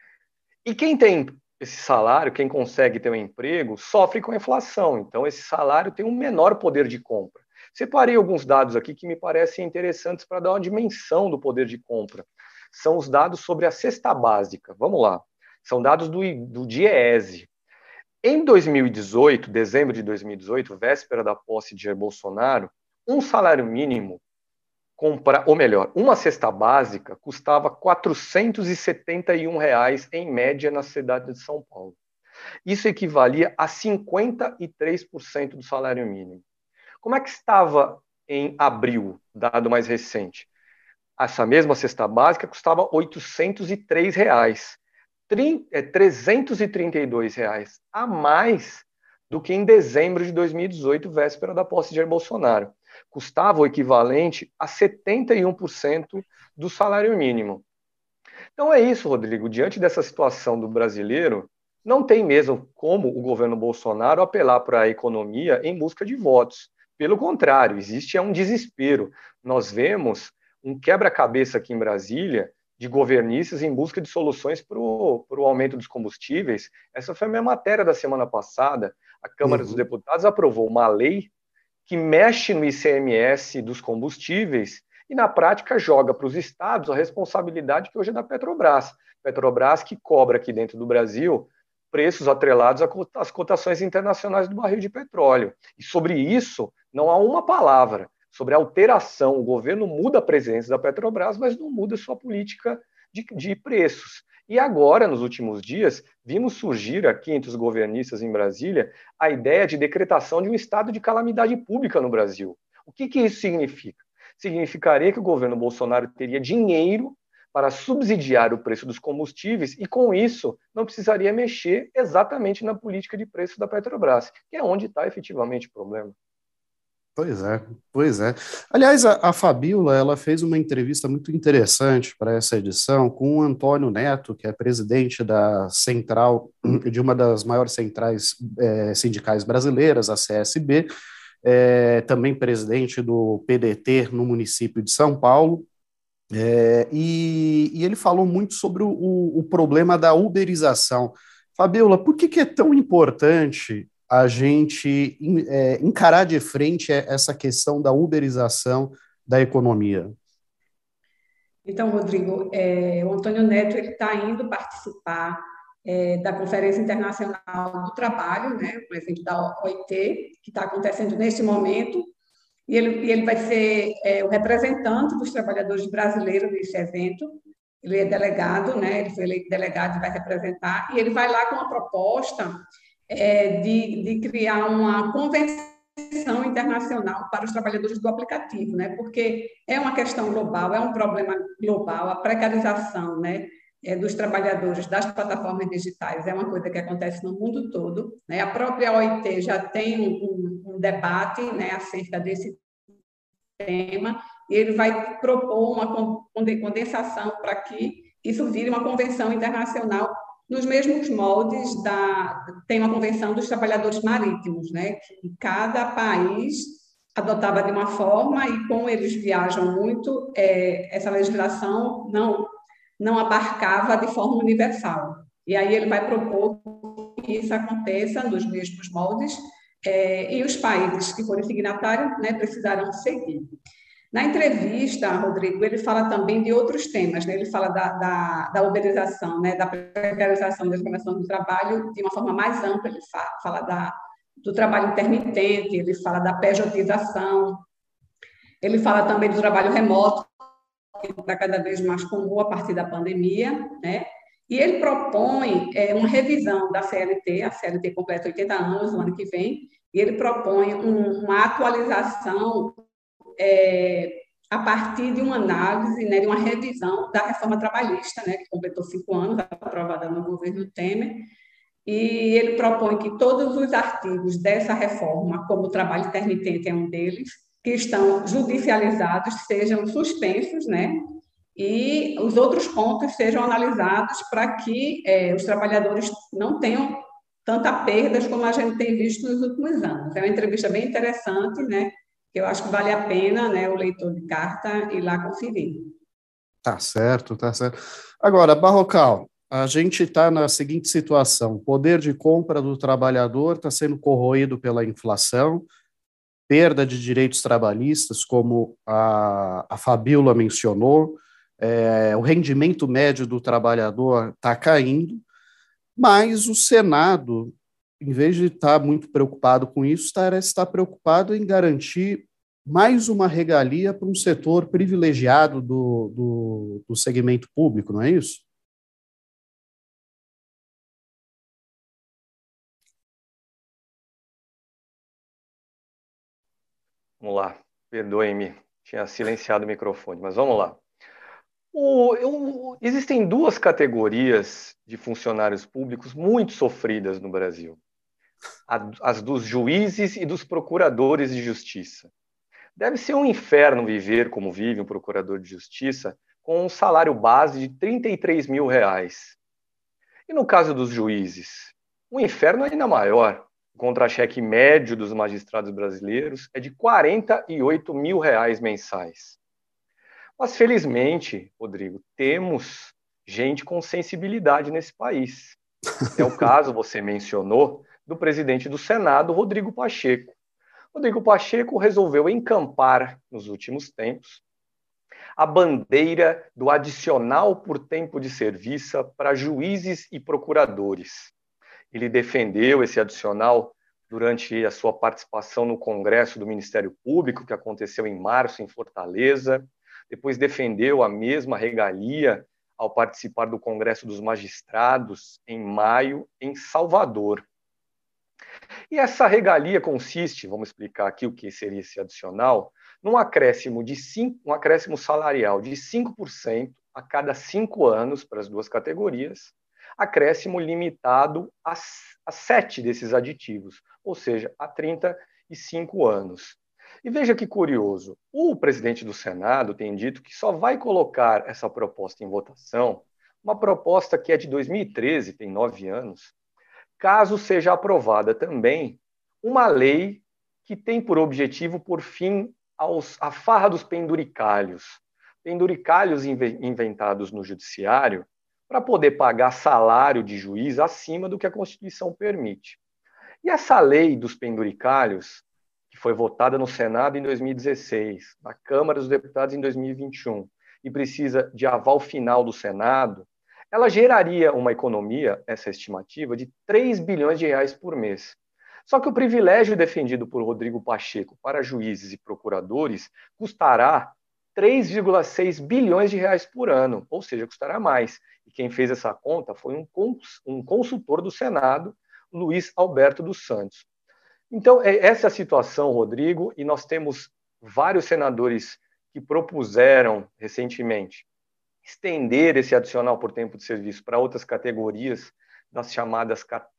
E quem tem esse salário, quem consegue ter um emprego, sofre com a inflação. Então, esse salário tem um menor poder de compra. Separei alguns dados aqui que me parecem interessantes para dar uma dimensão do poder de compra. São os dados sobre a cesta básica. Vamos lá. São dados do, do DIEESE. Em dois mil e dezoito, dezembro de dois mil e dezoito, véspera da posse de Jair Bolsonaro, um salário mínimo, compra, ou melhor, uma cesta básica custava quatrocentos e setenta e um reais em média na cidade de São Paulo. Isso equivalia a cinquenta e três por cento do salário mínimo. Como é que estava em abril, dado mais recente? Essa mesma cesta básica custava oitocentos e três reais, trezentos e trinta e dois reais a mais do que em dezembro de dois mil e dezoito, véspera da posse de Jair Bolsonaro. Custava o equivalente a setenta e um por cento do salário mínimo. Então é isso, Rodrigo. Diante dessa situação do brasileiro, não tem mesmo como o governo Bolsonaro apelar para a economia em busca de votos. Pelo contrário, existe um desespero. Nós vemos um quebra-cabeça aqui em Brasília de governistas em busca de soluções para o aumento dos combustíveis. Essa foi a minha matéria da semana passada. A Câmara uhum. dos Deputados aprovou uma lei que mexe no I C M S dos combustíveis e, na prática, joga para os estados a responsabilidade que hoje é da Petrobras. Petrobras que cobra aqui dentro do Brasil preços atrelados às cotações internacionais do barril de petróleo. E sobre isso, não há uma palavra. Sobre a alteração, o governo muda a presença da Petrobras, mas não muda sua política de, de preços. E agora, nos últimos dias, vimos surgir aqui entre os governistas em Brasília a ideia de decretação de um estado de calamidade pública no Brasil. O que, que isso significa? Significaria que o governo Bolsonaro teria dinheiro para subsidiar o preço dos combustíveis e, com isso, não precisaria mexer exatamente na política de preço da Petrobras, que é onde está efetivamente o problema. Pois é, pois é. Aliás, a, a Fabíola, ela fez uma entrevista muito interessante para essa edição com o Antônio Neto, que é presidente da central, de uma das maiores centrais é, sindicais brasileiras, a C S B, é, também presidente do P D T no município de São Paulo, é, e, e ele falou muito sobre o, o problema da uberização. Fabíola, por que, que é tão importante a gente é, encarar de frente essa questão da uberização da economia? Então, Rodrigo, é, o Antônio Neto está indo participar é, da Conferência Internacional do Trabalho, né, por exemplo, da O I T, que está acontecendo neste momento, e ele, e ele vai ser é, o representante dos trabalhadores brasileiros nesse evento. Ele é delegado, né, ele foi eleito delegado e vai representar, e ele vai lá com uma proposta É, de, de criar uma convenção internacional para os trabalhadores do aplicativo, né? Porque é uma questão global, é um problema global, a precarização, né, é, dos trabalhadores das plataformas digitais é uma coisa que acontece no mundo todo, né? A própria O I T já tem um, debate, né, acerca desse tema, e ele vai propor uma condensação para que isso vire uma convenção internacional nos mesmos moldes da tem uma convenção dos trabalhadores marítimos, né, que cada país adotava de uma forma e como eles viajam muito, é, essa legislação não não abarcava de forma universal. E aí ele vai propor que isso aconteça nos mesmos moldes, é, e os países que forem signatários, né, precisarão seguir. Na entrevista, Rodrigo, ele fala também de outros temas, né? Ele fala da, da, da uberização, né? Da precarização das relações do trabalho de uma forma mais ampla, ele fala, fala da, do trabalho intermitente, ele fala da pejotização, ele fala também do trabalho remoto, que está cada vez mais comum a partir da pandemia, né? E ele propõe é, uma revisão da C L T, a C L T completa oitenta anos no ano que vem, e ele propõe um, uma atualização é, a partir de uma análise, né, de uma revisão da reforma trabalhista, né, que completou cinco anos, aprovada no governo Temer, e ele propõe que todos os artigos dessa reforma, como o trabalho intermitente é um deles, que estão judicializados, sejam suspensos, né, e os outros pontos sejam analisados para que é, os trabalhadores não tenham tanta perdas como a gente tem visto nos últimos anos. É uma entrevista bem interessante, né, que eu acho que vale a pena, né, o leitor de carta ir lá conferir. Tá certo, tá certo. Agora, Barrocal, a gente está na seguinte situação: o poder de compra do trabalhador está sendo corroído pela inflação, perda de direitos trabalhistas, como a, a Fabíola mencionou, é, o rendimento médio do trabalhador está caindo, mas o Senado, em vez de estar muito preocupado com isso, parece estar preocupado em garantir mais uma regalia para um setor privilegiado do, do, do segmento público, não é isso? Vamos lá, perdoe-me, tinha silenciado o microfone, mas vamos lá. O, eu, existem duas categorias de funcionários públicos muito sofridas no Brasil: as dos juízes e dos procuradores de justiça. Deve ser um inferno viver como vive um procurador de justiça com um salário base de trinta e três mil reais. E no caso dos juízes, o inferno é ainda maior. O contra-cheque médio dos magistrados brasileiros é de quarenta e oito mil reais mensais. Mas, felizmente, Rodrigo, temos gente com sensibilidade nesse país. É o caso, você mencionou, do presidente do Senado, Rodrigo Pacheco. Rodrigo Pacheco resolveu encampar, nos últimos tempos, a bandeira do adicional por tempo de serviço para juízes e procuradores. Ele defendeu esse adicional durante a sua participação no Congresso do Ministério Público, que aconteceu em março, em Fortaleza. Depois defendeu a mesma regalia ao participar do Congresso dos Magistrados, em maio, em Salvador. E essa regalia consiste, vamos explicar aqui o que seria esse adicional, num acréscimo, de cinco, um acréscimo salarial de cinco por cento a cada cinco anos para as duas categorias, acréscimo limitado a, a sete desses aditivos, ou seja, a trinta e cinco anos. E veja que curioso, o presidente do Senado tem dito que só vai colocar essa proposta em votação, uma proposta que é de dois mil e treze, tem nove anos, caso seja aprovada também uma lei que tem por objetivo pôr fim aos, à farra dos penduricalhos. Penduricalhos inventados no judiciário para poder pagar salário de juiz acima do que a Constituição permite. E essa lei dos penduricalhos, que foi votada no Senado em dois mil e dezesseis, na Câmara dos Deputados em dois mil e vinte e um, e precisa de aval final do Senado, ela geraria uma economia, essa estimativa, de três bilhões de reais por mês. Só que o privilégio defendido por Rodrigo Pacheco para juízes e procuradores custará três vírgula seis bilhões de reais por ano, ou seja, custará mais. E quem fez essa conta foi um, cons um consultor do Senado, Luiz Alberto dos Santos. Então, essa é a situação, Rodrigo, e nós temos vários senadores que propuseram recentemente estender esse adicional por tempo de serviço para outras categorias das chamadas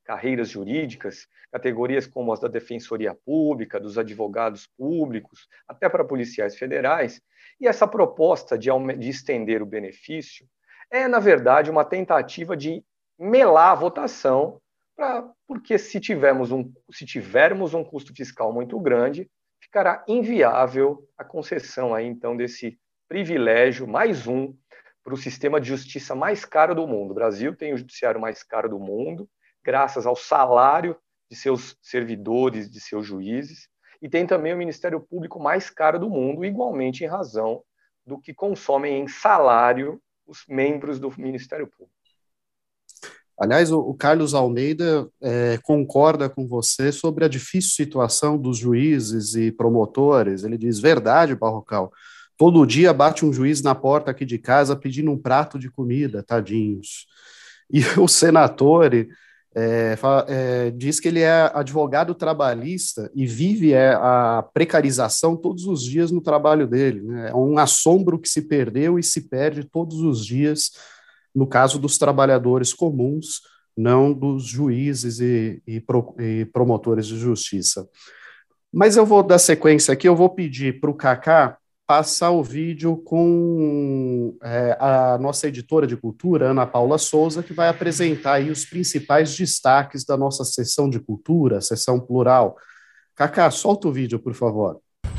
carreiras jurídicas, categorias como as da Defensoria Pública, dos advogados públicos, até para policiais federais, e essa proposta de, de estender o benefício é, na verdade, uma tentativa de melar a votação, pra, porque se tivermos, um, se tivermos um custo fiscal muito grande, ficará inviável a concessão aí, então, desse privilégio, mais um, para o sistema de justiça mais caro do mundo. O Brasil tem o judiciário mais caro do mundo, graças ao salário de seus servidores, de seus juízes, e tem também o Ministério Público mais caro do mundo, igualmente em razão do que consomem em salário os membros do Ministério Público. Aliás, o, o Carlos Almeida é, concorda com você sobre a difícil situação dos juízes e promotores. Ele diz, verdade, Barrocal, todo dia bate um juiz na porta aqui de casa pedindo um prato de comida, tadinhos. E o Senatore é, é, diz que ele é advogado trabalhista e vive é, a precarização todos os dias no trabalho dele, né? É um assombro que se perdeu e se perde todos os dias no caso dos trabalhadores comuns, não dos juízes e, e, pro, e promotores de justiça. Mas eu vou dar sequência aqui, eu vou pedir para o Cacá passar o vídeo com é, a nossa editora de cultura, Ana Paula Souza, que vai apresentar aí os principais destaques da nossa sessão de cultura, sessão plural. Cacá, solta o vídeo, por favor.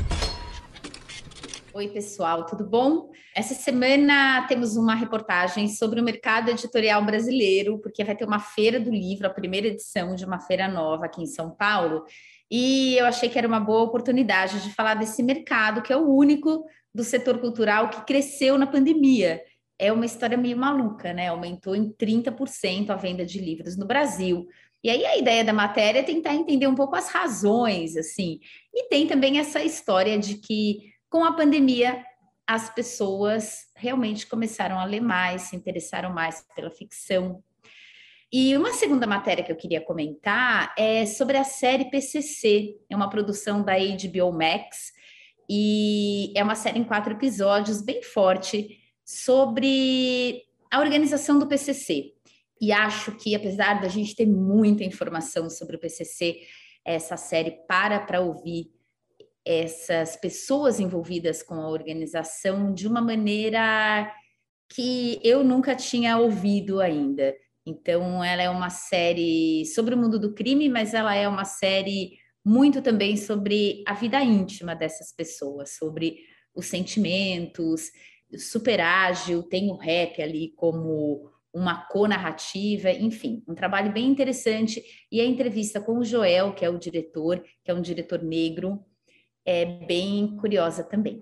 Oi, pessoal, tudo bom? Essa semana temos uma reportagem sobre o mercado editorial brasileiro, porque vai ter uma feira do livro, a primeira edição de uma feira nova aqui em São Paulo, e eu achei que era uma boa oportunidade de falar desse mercado, que é o único do setor cultural que cresceu na pandemia. É uma história meio maluca, né? Aumentou em trinta por cento a venda de livros no Brasil. E aí a ideia da matéria é tentar entender um pouco as razões, assim, e tem também essa história de que com a pandemia, as pessoas realmente começaram a ler mais, se interessaram mais pela ficção. E uma segunda matéria que eu queria comentar é sobre a série P C C, é uma produção da H B O Max, e é uma série em quatro episódios, bem forte, sobre a organização do P C C. E acho que, apesar da gente ter muita informação sobre o P C C, essa série para para ouvir essas pessoas envolvidas com a organização de uma maneira que eu nunca tinha ouvido ainda. Então, ela é uma série sobre o mundo do crime, mas ela é uma série muito também sobre a vida íntima dessas pessoas, sobre os sentimentos, super ágil, tem o rap ali como uma co-narrativa, enfim, um trabalho bem interessante. E a entrevista com o Joel, que é o diretor, que é um diretor negro, é bem curiosa também.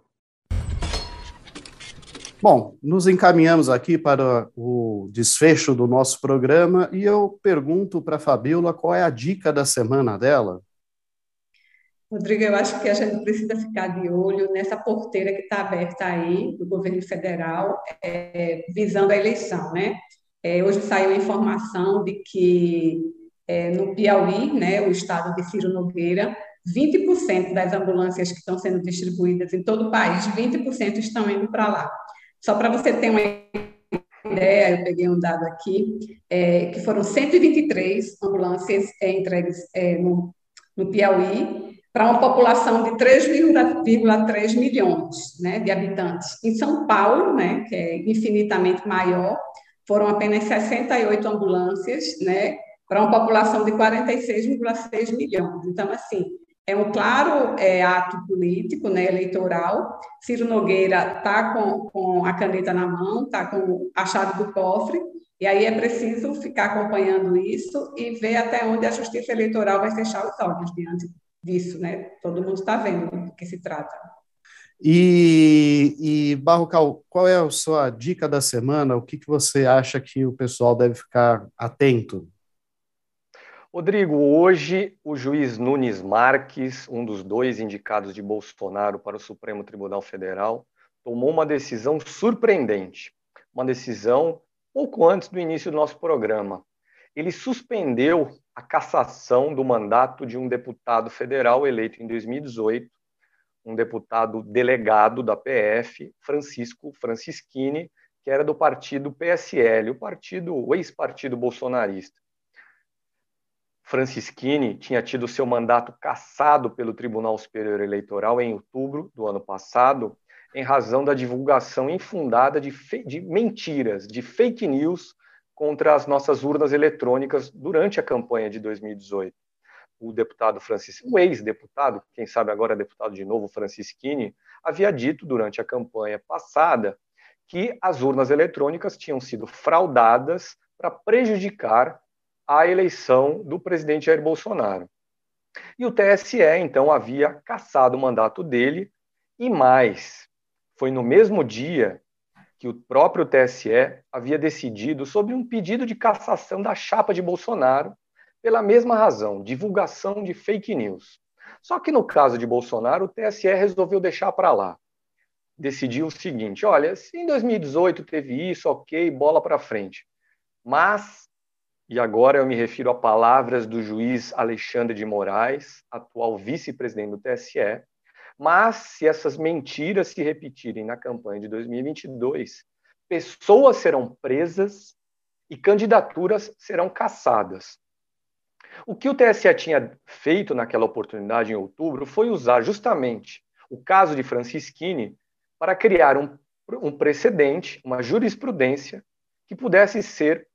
Bom, nos encaminhamos aqui para o desfecho do nosso programa e eu pergunto para a Fabíola qual é a dica da semana dela. Rodrigo, eu acho que a gente precisa ficar de olho nessa porteira que está aberta aí do governo federal, é, visando a eleição, né? É, hoje saiu a informação de que é, no Piauí, né, o estado de Ciro Nogueira, vinte por cento das ambulâncias que estão sendo distribuídas em todo o país, vinte por cento estão indo para lá. Só para você ter uma ideia, eu peguei um dado aqui, é, que foram cento e vinte e três ambulâncias é, entregues é, no, no Piauí, para uma população de três vírgula três milhões, né, de habitantes. Em São Paulo, né, que é infinitamente maior, foram apenas sessenta e oito ambulâncias, né, para uma população de quarenta e seis vírgula seis milhões. Então, assim, é um claro é, ato político, né, eleitoral. Ciro Nogueira está com, com a caneta na mão, está com a chave do cofre, e aí é preciso ficar acompanhando isso e ver até onde a Justiça Eleitoral vai fechar os olhos diante disso, né? Todo mundo está vendo do que se trata. E, e Barrocal, qual é a sua dica da semana? O que, que você acha que o pessoal deve ficar atento? Rodrigo, hoje o juiz Nunes Marques, um dos dois indicados de Bolsonaro para o Supremo Tribunal Federal, tomou uma decisão surpreendente, uma decisão pouco antes do início do nosso programa. Ele suspendeu a cassação do mandato de um deputado federal eleito em dois mil e dezoito, um deputado delegado da P F, Francisco Francischini, que era do partido P S L, o partido, o ex-partido bolsonarista. Franceschini tinha tido seu mandato cassado pelo Tribunal Superior Eleitoral em outubro do ano passado, em razão da divulgação infundada de, de mentiras, de fake news contra as nossas urnas eletrônicas durante a campanha de dois mil e dezoito. O deputado Francis, o ex-deputado, quem sabe agora deputado de novo, Franceschini, havia dito durante a campanha passada que as urnas eletrônicas tinham sido fraudadas para prejudicar a eleição do presidente Jair Bolsonaro. E o T S E, então, havia cassado o mandato dele, e mais, foi no mesmo dia que o próprio T S E havia decidido sobre um pedido de cassação da chapa de Bolsonaro, pela mesma razão, divulgação de fake news. Só que no caso de Bolsonaro, o T S E resolveu deixar para lá. Decidiu o seguinte, olha, se em dois mil e dezoito teve isso, ok, bola para frente. Mas, e agora eu me refiro a palavras do juiz Alexandre de Moraes, atual vice-presidente do T S E, mas se essas mentiras se repetirem na campanha de dois mil e vinte e dois, pessoas serão presas e candidaturas serão cassadas. O que o T S E tinha feito naquela oportunidade em outubro foi usar justamente o caso de Franceschini para criar um, um precedente, uma jurisprudência que pudesse ser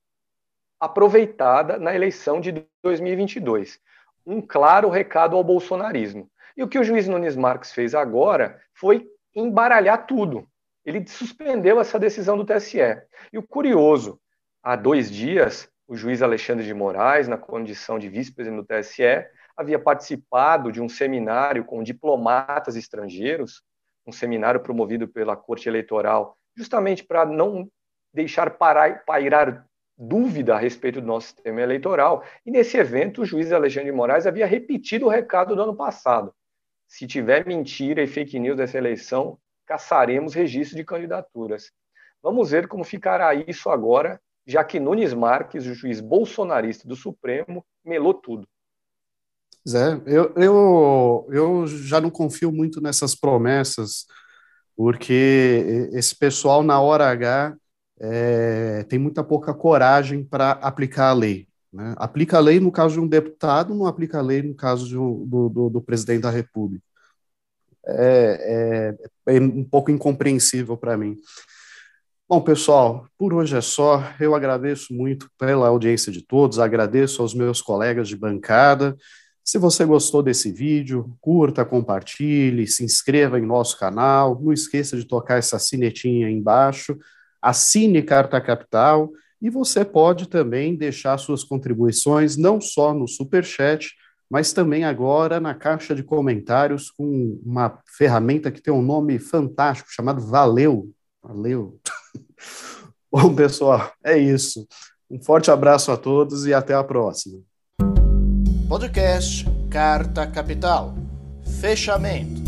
aproveitada na eleição de dois mil e vinte e dois. Um claro recado ao bolsonarismo. E o que o juiz Nunes Marques fez agora foi embaralhar tudo. Ele suspendeu essa decisão do T S E. E o curioso, há dois dias, o juiz Alexandre de Moraes, na condição de vice-presidente do T S E, havia participado de um seminário com diplomatas estrangeiros, um seminário promovido pela Corte Eleitoral, justamente para não deixar parar, pairar dúvida a respeito do nosso sistema eleitoral. E nesse evento, o juiz Alexandre de Moraes havia repetido o recado do ano passado. Se tiver mentira e fake news dessa eleição, caçaremos registro de candidaturas. Vamos ver como ficará isso agora, já que Nunes Marques, o juiz bolsonarista do Supremo, melou tudo. Zé, eu, eu, eu já não confio muito nessas promessas, porque esse pessoal, na hora H, é, tem muita pouca coragem para aplicar a lei. Né? Aplica a lei no caso de um deputado, não aplica a lei no caso de um, do, do, do presidente da República. É, é, é um pouco incompreensível para mim. Bom, pessoal, por hoje é só. Eu agradeço muito pela audiência de todos, agradeço aos meus colegas de bancada. Se você gostou desse vídeo, curta, compartilhe, se inscreva em nosso canal, não esqueça de tocar essa sinetinha aí embaixo, assine Carta Capital, e você pode também deixar suas contribuições não só no Superchat, mas também agora na caixa de comentários com uma ferramenta que tem um nome fantástico, chamado Valeu. Valeu. Bom, pessoal, é isso. Um forte abraço a todos e até a próxima. Podcast Carta Capital. Fechamento.